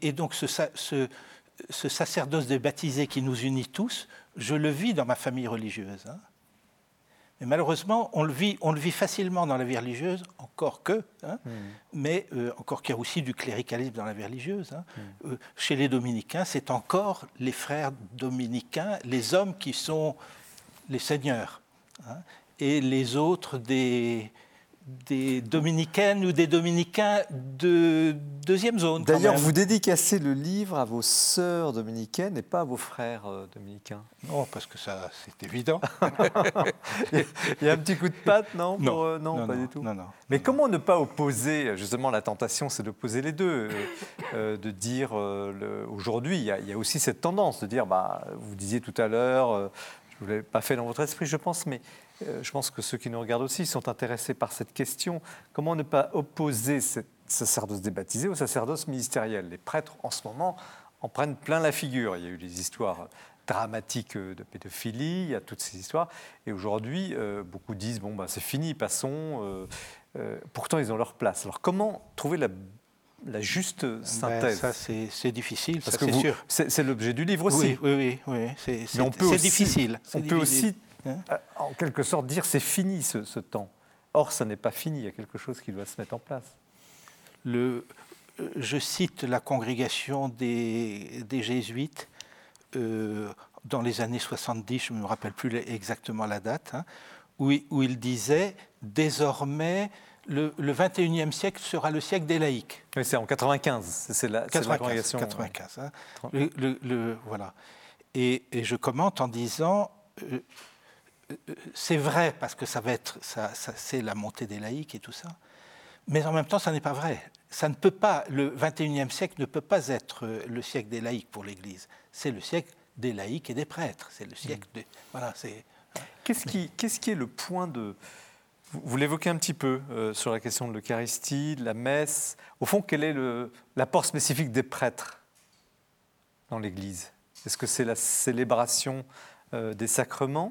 ce sacerdoce des baptisés qui nous unit tous, je le vis dans ma famille religieuse. Hein. Mais malheureusement, on le vit facilement dans la vie religieuse, encore que, hein, mais encore qu'il y a aussi du cléricalisme dans la vie religieuse. Hein. Chez les dominicains, c'est encore les frères dominicains, les hommes qui sont les seigneurs, hein, et les autres des dominicaines ou des dominicains de deuxième zone. D'ailleurs, vous dédicacez le livre à vos sœurs dominicaines et pas à vos frères dominicains. Non, parce que ça, c'est évident. Il y a un petit coup de patte, non? Non, pas du tout. Non. Mais comment ne pas opposer, justement, la tentation, c'est d'opposer les deux, de dire, aujourd'hui, il y a aussi cette tendance de dire, vous disiez tout à l'heure, je ne vous l'ai pas fait dans votre esprit, je pense, mais je pense que ceux qui nous regardent aussi sont intéressés par cette question. Comment ne pas opposer cette sacerdoce des baptisés au sacerdoce ministériel? Les prêtres, en ce moment, en prennent plein la figure. Il y a eu des histoires dramatiques de pédophilie, il y a toutes ces histoires. Et aujourd'hui, beaucoup disent, c'est fini, passons. Pourtant, ils ont leur place. Alors, comment trouver la juste synthèse? Ça, c'est difficile, parce ça, que c'est sûr. C'est l'objet du livre aussi. Oui. C'est difficile. On peut aussi, en quelque sorte, dire c'est fini ce temps. Or, ça n'est pas fini, il y a quelque chose qui doit se mettre en place. Je cite la congrégation des Jésuites dans les années 70, je ne me rappelle plus exactement la date, hein, où il disait « Désormais, le 21e siècle sera le siècle des laïcs ». Oui, c'est en 95, c'est la congrégation. 95, hein. Voilà. Et je commente en disant c'est vrai, parce que c'est la montée des laïcs et tout ça, mais en même temps, ça n'est pas vrai. Ça ne peut pas, le 21e siècle ne peut pas être le siècle des laïcs pour l'Église. C'est le siècle des laïcs et des prêtres. C'est le siècle de... Voilà, c'est... Qu'est-ce qui est le point de... Vous l'évoquez un petit peu sur la question de l'Eucharistie, de la messe. Au fond, quel est l'apport spécifique des prêtres dans l'Église? Est-ce que c'est la célébration des sacrements?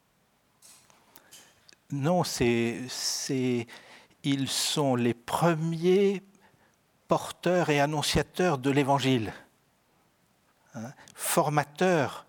Non, ils sont les premiers porteurs et annonciateurs de l'Évangile, hein, formateurs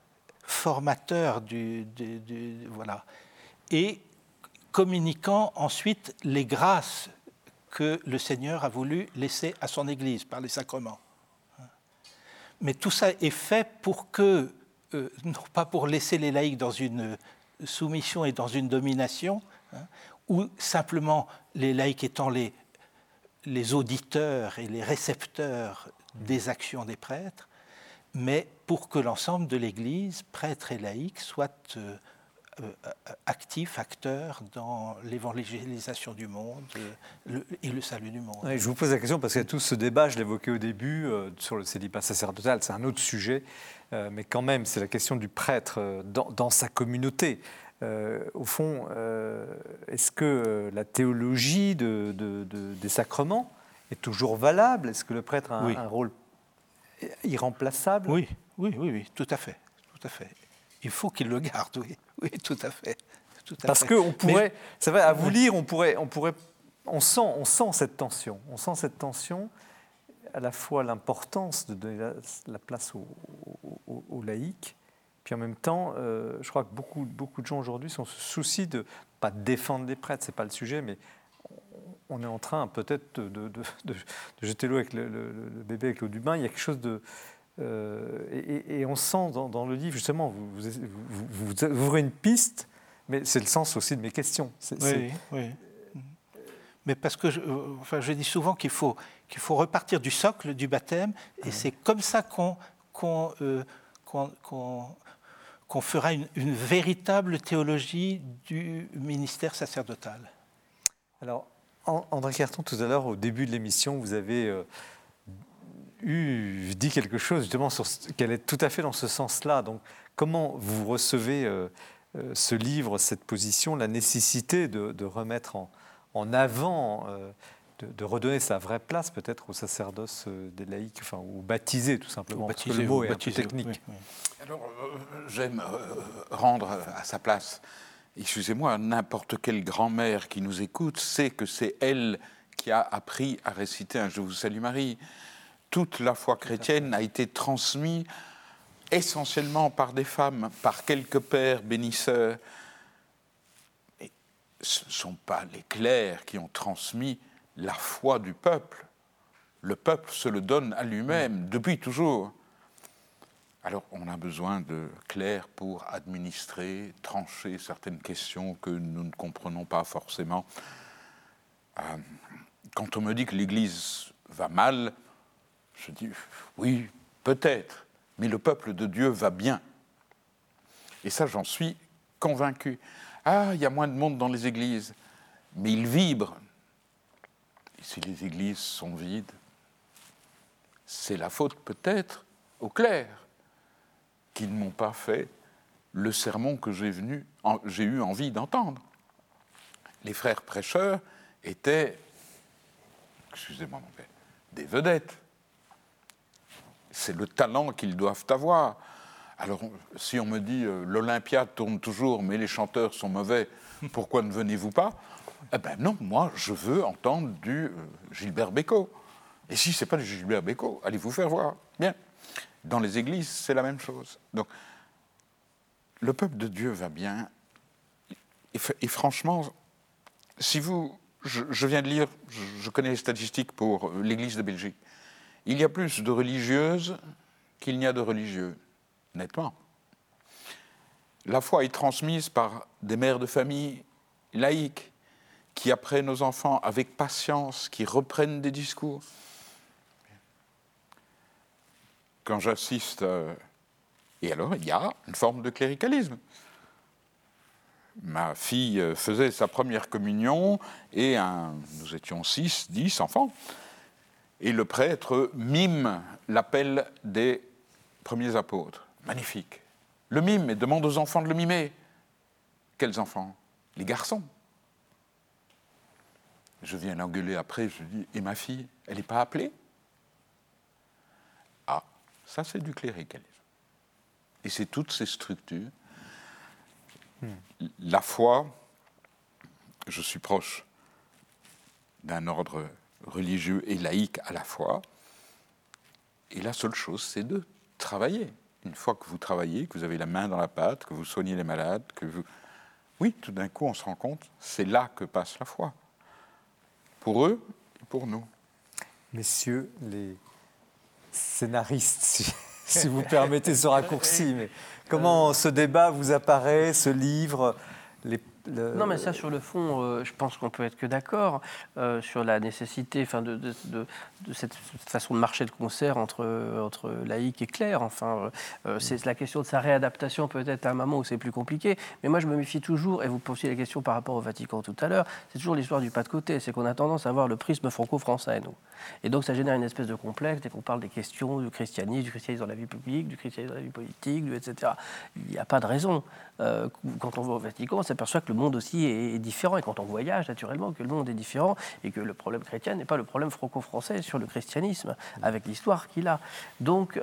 voilà, et communiquant ensuite les grâces que le Seigneur a voulu laisser à son Église par les sacrements. Mais tout ça est fait pour que, non pas pour laisser les laïcs dans une soumission et dans une domination, hein, ou simplement les laïcs étant les auditeurs et les récepteurs des actions des prêtres, mais pour que l'ensemble de l'Église, prêtres et laïcs, soit actifs, acteurs dans l'évangélisation du monde et le salut du monde. Oui, je vous pose la question parce qu'il y a tout ce débat, je l'évoquais au début, sur le célibat sacerdotal, c'est un autre sujet, mais quand même, c'est la question du prêtre dans sa communauté. Au fond, est-ce que la théologie des sacrements est toujours valable? Est-ce que le prêtre a un rôle irremplaçable? Oui, tout à fait. Il faut qu'il le garde, oui, tout à fait. Parce qu'on pourrait, c'est vrai, à vous lire, on sent cette tension. On sent cette tension, à la fois l'importance de donner la place aux laïcs, puis en même temps, je crois que beaucoup de gens aujourd'hui se soucient de pas défendre les prêtres, c'est pas le sujet, mais on est en train peut-être de jeter l'eau avec le bébé avec l'eau du bain. Il y a quelque chose de... et on sent dans le livre, justement, vous ouvrez une piste, mais c'est le sens aussi de mes questions. Oui. Mais parce que je dis souvent qu'il faut repartir du socle du baptême, et c'est comme ça qu'on fera une véritable théologie du ministère sacerdotal. Alors, André Carton, tout à l'heure, au début de l'émission, vous avez dit quelque chose justement qu'elle est tout à fait dans ce sens-là. Donc, comment vous recevez ce livre, cette position, la nécessité de remettre en avant, de redonner sa vraie place peut-être au sacerdoce des laïcs, enfin, ou baptisés tout simplement, parce que le mot est un peu technique. Oui. Alors, j'aime rendre à sa place. Excusez-moi, n'importe quelle grand-mère qui nous écoute sait que c'est elle qui a appris à réciter un « Je vous salue Marie ». Toute la foi chrétienne a été transmise essentiellement par des femmes, par quelques pères bénisseurs. Et ce ne sont pas les clercs qui ont transmis la foi du peuple. Le peuple se le donne à lui-même, depuis toujours. Alors, on a besoin de clercs pour administrer, trancher certaines questions que nous ne comprenons pas forcément. Quand on me dit que l'Église va mal, je dis oui, peut-être, mais le peuple de Dieu va bien. Et ça, j'en suis convaincu. Ah, il y a moins de monde dans les églises, mais ils vibrent. Et si les églises sont vides, c'est la faute peut-être aux clercs qui ne m'ont pas fait le sermon que j'ai eu envie d'entendre. Les frères prêcheurs étaient, excusez-moi mon père, des vedettes. C'est le talent qu'ils doivent avoir. Alors, si on me dit l'Olympia tourne toujours, mais les chanteurs sont mauvais, pourquoi ne venez-vous pas? Eh ben non, moi, je veux entendre du Gilbert Bécaud. Et si ce n'est pas du Gilbert Bécaud, allez vous faire voir. Bien. Dans les églises, c'est la même chose. Donc, le peuple de Dieu va bien. Et franchement, si vous... Je viens de lire, je connais les statistiques pour l'Église de Belgique. Il y a plus de religieuses qu'il n'y a de religieux, nettement. La foi est transmise par des mères de famille laïques, qui apprennent nos enfants avec patience, qui reprennent des discours. Quand j'assiste, et alors il y a une forme de cléricalisme. Ma fille faisait sa première communion et nous étions 6, 10 enfants. Et le prêtre mime l'appel des premiers apôtres. Magnifique. Le mime et demande aux enfants de le mimer. Quels enfants? Les garçons. Je viens l'engueuler après, je dis, et ma fille, elle n'est pas appelée? Ah, ça c'est du cléricalisme. Et c'est toutes ces structures. La foi, je suis proche d'un ordre religieux et laïque à la fois, et la seule chose, c'est de travailler. Une fois que vous travaillez, que vous avez la main dans la pâte, que vous soignez les malades, oui, tout d'un coup, on se rend compte, c'est là que passe la foi. Pour eux et pour nous. Messieurs les scénaristes, si vous permettez ce raccourci, mais comment ce débat vous apparaît, ce livre, Non, mais ça, sur le fond, je pense qu'on peut être que d'accord sur la nécessité de cette façon de marcher de concert entre laïcs et clercs. Enfin, c'est la question de sa réadaptation, peut-être à un moment où c'est plus compliqué. Mais moi, je me méfie toujours, et vous posiez la question par rapport au Vatican tout à l'heure, c'est toujours l'histoire du pas de côté. C'est qu'on a tendance à voir le prisme franco-français, nous. Et donc, ça génère une espèce de complexe dès qu'on parle des questions du christianisme dans la vie publique, du christianisme dans la vie politique, etc. Il n'y a pas de raison. Quand on va au Vatican, on s'aperçoit que le monde aussi est différent, et quand on voyage, naturellement, que le monde est différent, et que le problème chrétien n'est pas le problème franco-français sur le christianisme, avec l'histoire qu'il a. Donc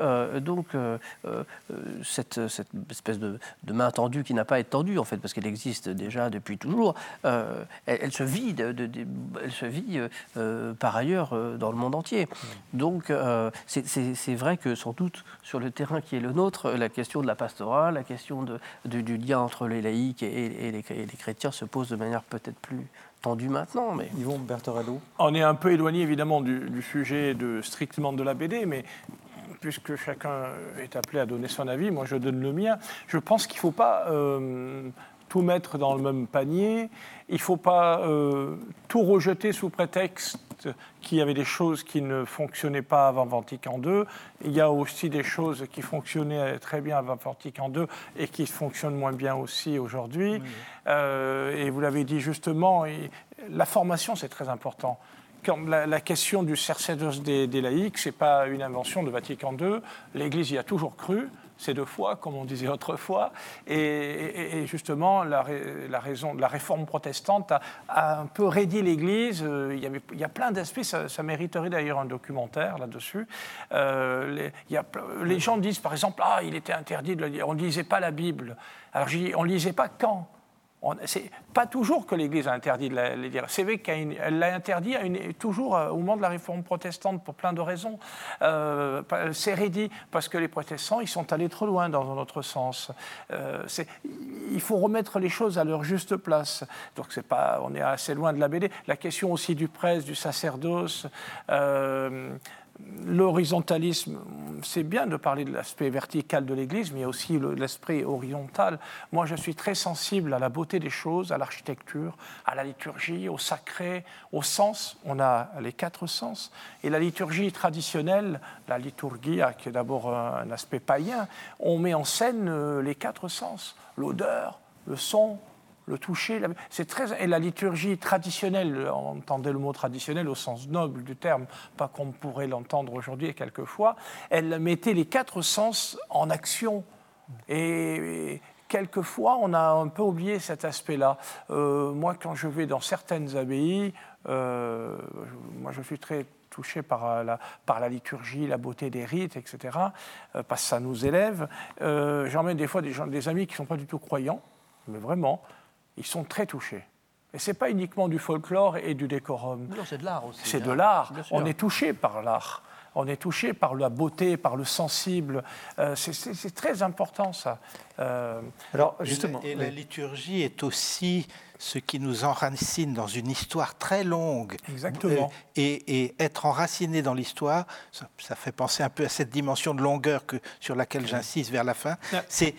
cette espèce de main tendue qui n'a pas à être tendue, en fait, parce qu'elle existe déjà depuis toujours, elle se vit, par ailleurs dans le monde entier. Donc c'est vrai que, sans doute, sur le terrain qui est le nôtre, la question de la pastorale, la question du lien entre les laïcs et les chrétiens se pose de manière peut-être plus tendue maintenant. Mais... Yvon Bertorello. On est un peu éloigné évidemment du sujet strictement de la BD, mais puisque chacun est appelé à donner son avis, moi je donne le mien. Je pense qu'il ne faut pas tout mettre dans le même panier. Il ne faut pas tout rejeter sous prétexte qu'il y avait des choses qui ne fonctionnaient pas avant Vatican II. Il y a aussi des choses qui fonctionnaient très bien avant Vatican II et qui fonctionnent moins bien aussi aujourd'hui. Et vous l'avez dit justement, la formation, c'est très important. La question du sacerdoce des laïcs, ce n'est pas une invention de Vatican II. L'Église y a toujours cru. C'est de foi, comme on disait autrefois. Et justement, la réforme protestante a un peu raidi l'Église. Il y a plein d'aspects, ça mériterait d'ailleurs un documentaire là-dessus. Les gens disent, par exemple, il était interdit de le lire. On ne lisait pas la Bible. Alors je dis, on ne lisait pas quand ? C'est pas toujours que l'Église a interdit de les lire. C'est vrai qu'elle l'a interdit toujours au moment de la réforme protestante pour plein de raisons. C'est raidi parce que les protestants, ils sont allés trop loin dans un autre sens. Il faut remettre les choses à leur juste place. Donc on est assez loin de la BD. La question aussi du prêtre, du sacerdoce. L'horizontalisme, c'est bien de parler de l'aspect vertical de l'Église, mais il y a aussi l'aspect horizontal. Moi, je suis très sensible à la beauté des choses, à l'architecture, à la liturgie, au sacré, au sens. On a les 4 sens. Et la liturgie traditionnelle, la liturgia, qui est d'abord un aspect païen, on met en scène les 4 sens. L'odeur, le son, le toucher, et la liturgie traditionnelle, on entendait le mot traditionnel au sens noble du terme, pas comme pourrait l'entendre aujourd'hui quelquefois, elle mettait les 4 sens en action. Et quelquefois, on a un peu oublié cet aspect-là. Moi, quand je vais dans certaines abbayes, moi je suis très touché par la liturgie, la beauté des rites, etc., parce que ça nous élève. J'emmène des fois des amis qui ne sont pas du tout croyants, mais vraiment, ils sont très touchés. Et ce n'est pas uniquement du folklore et du décorum. Non, c'est de l'art aussi. C'est de l'art. On est touché par l'art. On est touché par la beauté, par le sensible. C'est très important, ça. Alors, justement. Et la liturgie est aussi ce qui nous enracine dans une histoire très longue. Exactement. Et être enraciné dans l'histoire, ça fait penser un peu à cette dimension de longueur sur laquelle j'insiste vers la fin. C'est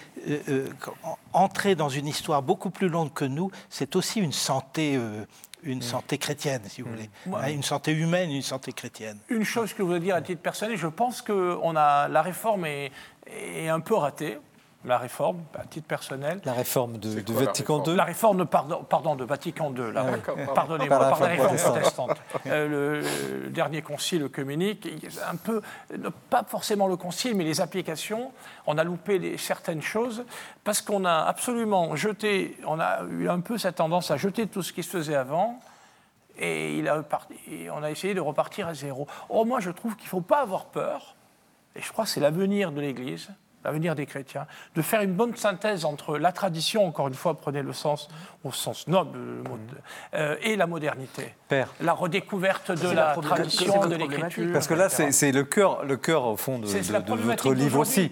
entrer dans une histoire beaucoup plus longue que nous, c'est aussi une santé chrétienne, si vous voulez. Une santé humaine, une santé chrétienne. Une chose que je voudrais dire à titre personnel, je pense que la réforme est un peu ratée. La réforme, à titre personnel. La réforme de Vatican II. La réforme, de Vatican II. Pardonnez-moi, par la réforme protestante. Le dernier concile œcuménique, un peu, pas forcément le concile, mais les applications. On a loupé certaines choses parce qu'on a absolument on a eu un peu cette tendance à jeter tout ce qui se faisait avant. Et on a essayé de repartir à zéro. Or, moi, je trouve qu'il ne faut pas avoir peur, et je crois que c'est l'avenir de l'Église, l'avenir des chrétiens, de faire une bonne synthèse entre la tradition, encore une fois, prenez le sens au sens noble, et la modernité. Père. La redécouverte de la tradition, de l'écriture. Parce que là, c'est le cœur, au fond, de votre livre aussi.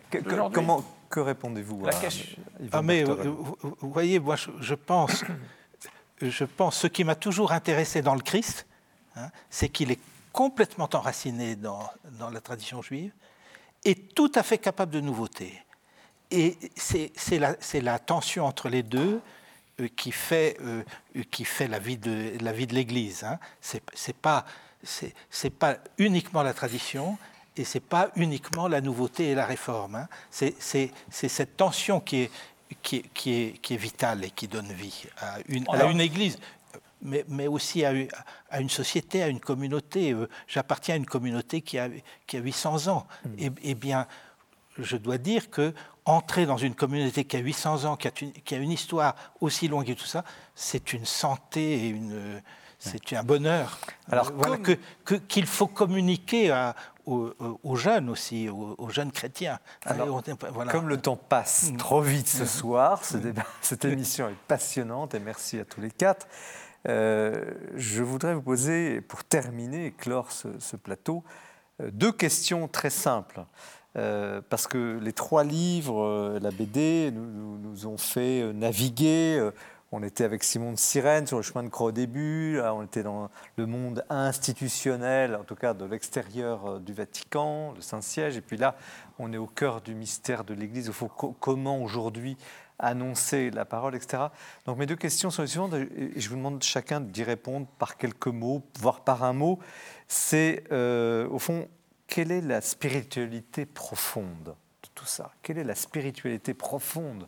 Que répondez-vous vous voyez, moi, je pense, ce qui m'a toujours intéressé dans le Christ, c'est qu'il est complètement enraciné dans la tradition juive, est tout à fait capable de nouveauté. Et c'est la tension entre les deux qui fait la vie de l'Église. C'est pas uniquement la tradition et c'est pas uniquement la nouveauté et la réforme. C'est cette tension qui est vitale et qui donne vie à une Église. Mais aussi à une société, à une communauté. J'appartiens à une communauté qui a 800 ans. Eh bien, je dois dire que entrer dans une communauté qui a 800 ans, qui a une histoire aussi longue et tout ça, c'est une santé et c'est un bonheur. Alors, qu'il faut communiquer aux jeunes aussi, aux jeunes chrétiens. Alors, comme le temps passe trop vite ce soir, cette émission est passionnante et merci à tous les quatre. Je voudrais vous poser, pour terminer et clore ce plateau, 2 questions très simples. Parce que les 3 livres, la BD, nous ont fait naviguer. On était avec Simon de Cyrène sur le chemin de croix au début. Là, on était dans le monde institutionnel, en tout cas de l'extérieur du Vatican, le Saint-Siège. Et puis là, on est au cœur du mystère de l'Église. Il faut comment aujourd'hui annoncer la parole, etc. Donc mes 2 questions sont les suivantes, et je vous demande chacun d'y répondre par quelques mots, voire par un mot. C'est, au fond, quelle est la spiritualité profonde de tout ça ? Quelle est la spiritualité profonde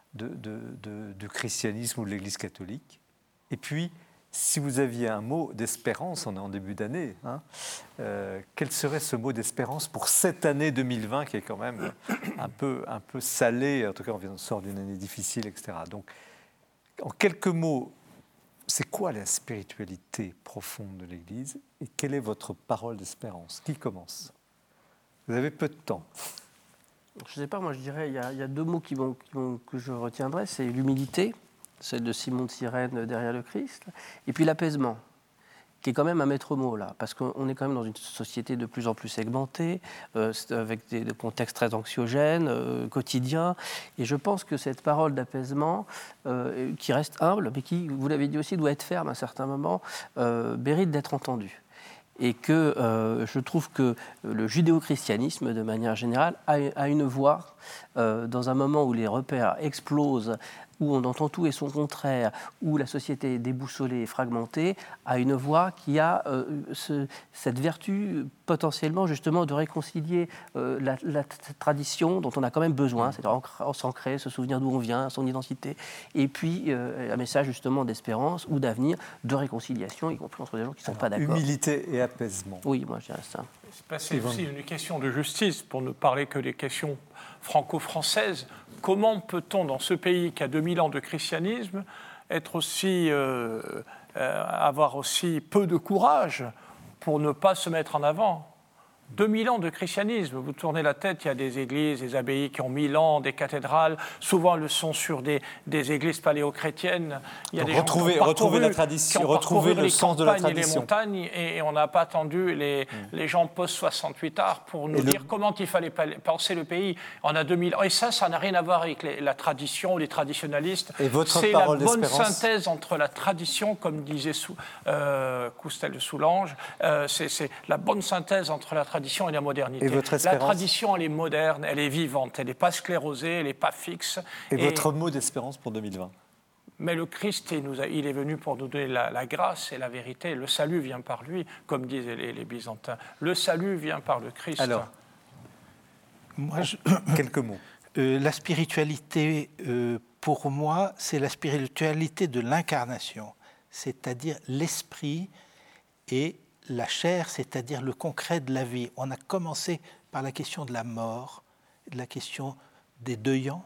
du christianisme ou de l'Église catholique ? Et puis, si vous aviez un mot d'espérance, on est en début d'année, quel serait ce mot d'espérance pour cette année 2020 qui est quand même un peu salée, en tout cas on sort d'une année difficile, etc. Donc, en quelques mots, c'est quoi la spiritualité profonde de l'Église et quelle est votre parole d'espérance ? Qui commence ? Vous avez peu de temps. Je ne sais pas, moi je dirais, il y a 2 mots que je retiendrai, c'est l'humilité, celle de Simon de Cyrène derrière le Christ, et puis l'apaisement, qui est quand même un maître mot là, parce qu'on est quand même dans une société de plus en plus segmentée, avec des contextes très anxiogènes, quotidiens, et je pense que cette parole d'apaisement, qui reste humble, mais qui, vous l'avez dit aussi, doit être ferme à certains moments, mérite d'être entendue. Et que je trouve que le judéo-christianisme, de manière générale, a une voix, dans un moment où les repères explosent, où on entend tout et son contraire, où la société est déboussolée et fragmentée, a une voix qui a cette vertu potentiellement justement de réconcilier la tradition dont on a quand même besoin, c'est-à-dire s'ancrer, se souvenir d'où on vient, son identité, et puis un message justement d'espérance ou d'avenir, de réconciliation, y compris entre des gens qui ne sont pas d'accord. Humilité et apaisement. Oui, moi je dirais ça. C'est aussi une question de justice, pour ne parler que des questions franco-françaises. Comment peut-on, dans ce pays qui a 2000 ans de christianisme, avoir aussi peu de courage pour ne pas se mettre en avant ? 2000 ans de christianisme. Vous tournez la tête, il y a des églises, des abbayes qui ont 1000 ans, des cathédrales. Souvent, elles sont sur des églises paléo-chrétiennes. Il y a donc des retrouver la tradition, retrouver le sens de la tradition. Et les montagnes, et on n'a pas attendu les gens post-68 art pour nous dire comment il fallait penser le pays. On a 2000 ans. Et ça n'a rien à voir avec la tradition ou les traditionalistes. C'est la bonne synthèse entre la tradition, comme disait Coustel de Soulanges, c'est la bonne synthèse entre la tradition et la modernité. Et votre la tradition, elle est moderne, elle est vivante, elle n'est pas sclérosée, elle n'est pas fixe. Et votre mot d'espérance pour 2020 ? Mais le Christ, il est venu pour nous donner la grâce et la vérité. Le salut vient par lui, comme disaient les Byzantins. Le salut vient par le Christ. Alors, quelques mots. La spiritualité, pour moi, c'est la spiritualité de l'incarnation, c'est-à-dire l'esprit et la chair, c'est-à-dire le concret de la vie. On a commencé par la question de la mort, de la question des deuillants,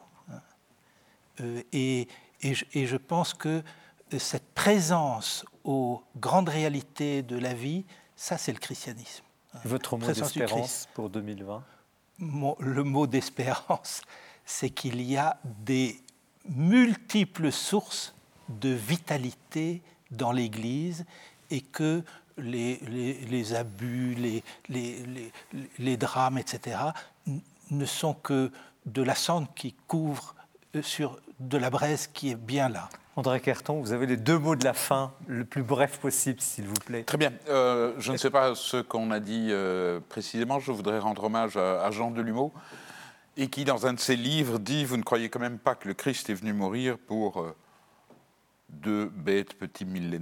et je pense que cette présence aux grandes réalités de la vie, ça c'est le christianisme. Votre mot d'espérance pour 2020 ? Le mot d'espérance, c'est qu'il y a des multiples sources de vitalité dans l'Église et que les abus, les drames, etc., ne sont que de la cendre qui couvre sur de la braise qui est bien là. André Querton, vous avez les 2 mots de la fin, le plus bref possible, s'il vous plaît. Très bien. Je ne sais pas ce qu'on a dit précisément. Je voudrais rendre hommage à Jean Delumeau, et qui, dans un de ses livres, dit « Vous ne croyez quand même pas que le Christ est venu mourir pour 2 bêtes petits millénaires ?»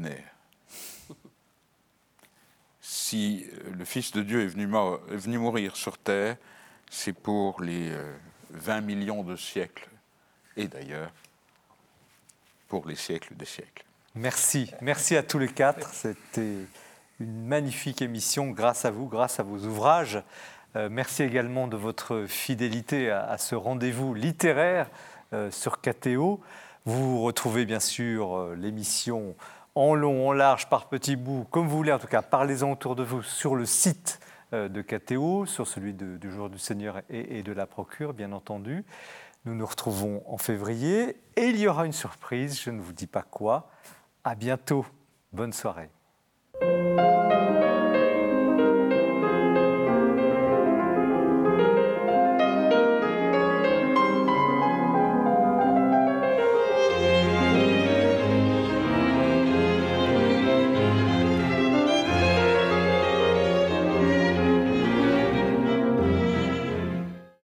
Si le Fils de Dieu est venu mourir sur terre, c'est pour les 20 millions de siècles, et d'ailleurs pour les siècles des siècles. Merci. Merci à tous les 4. C'était une magnifique émission grâce à vous, grâce à vos ouvrages. Merci également de votre fidélité à ce rendez-vous littéraire sur KTO. Vous retrouvez bien sûr l'émission en long, en large, par petits bouts, comme vous voulez, en tout cas, parlez-en autour de vous sur le site de KTO, sur celui du Jour du Seigneur et de la Procure, bien entendu. Nous nous retrouvons en février et il y aura une surprise, je ne vous dis pas quoi. À bientôt, bonne soirée.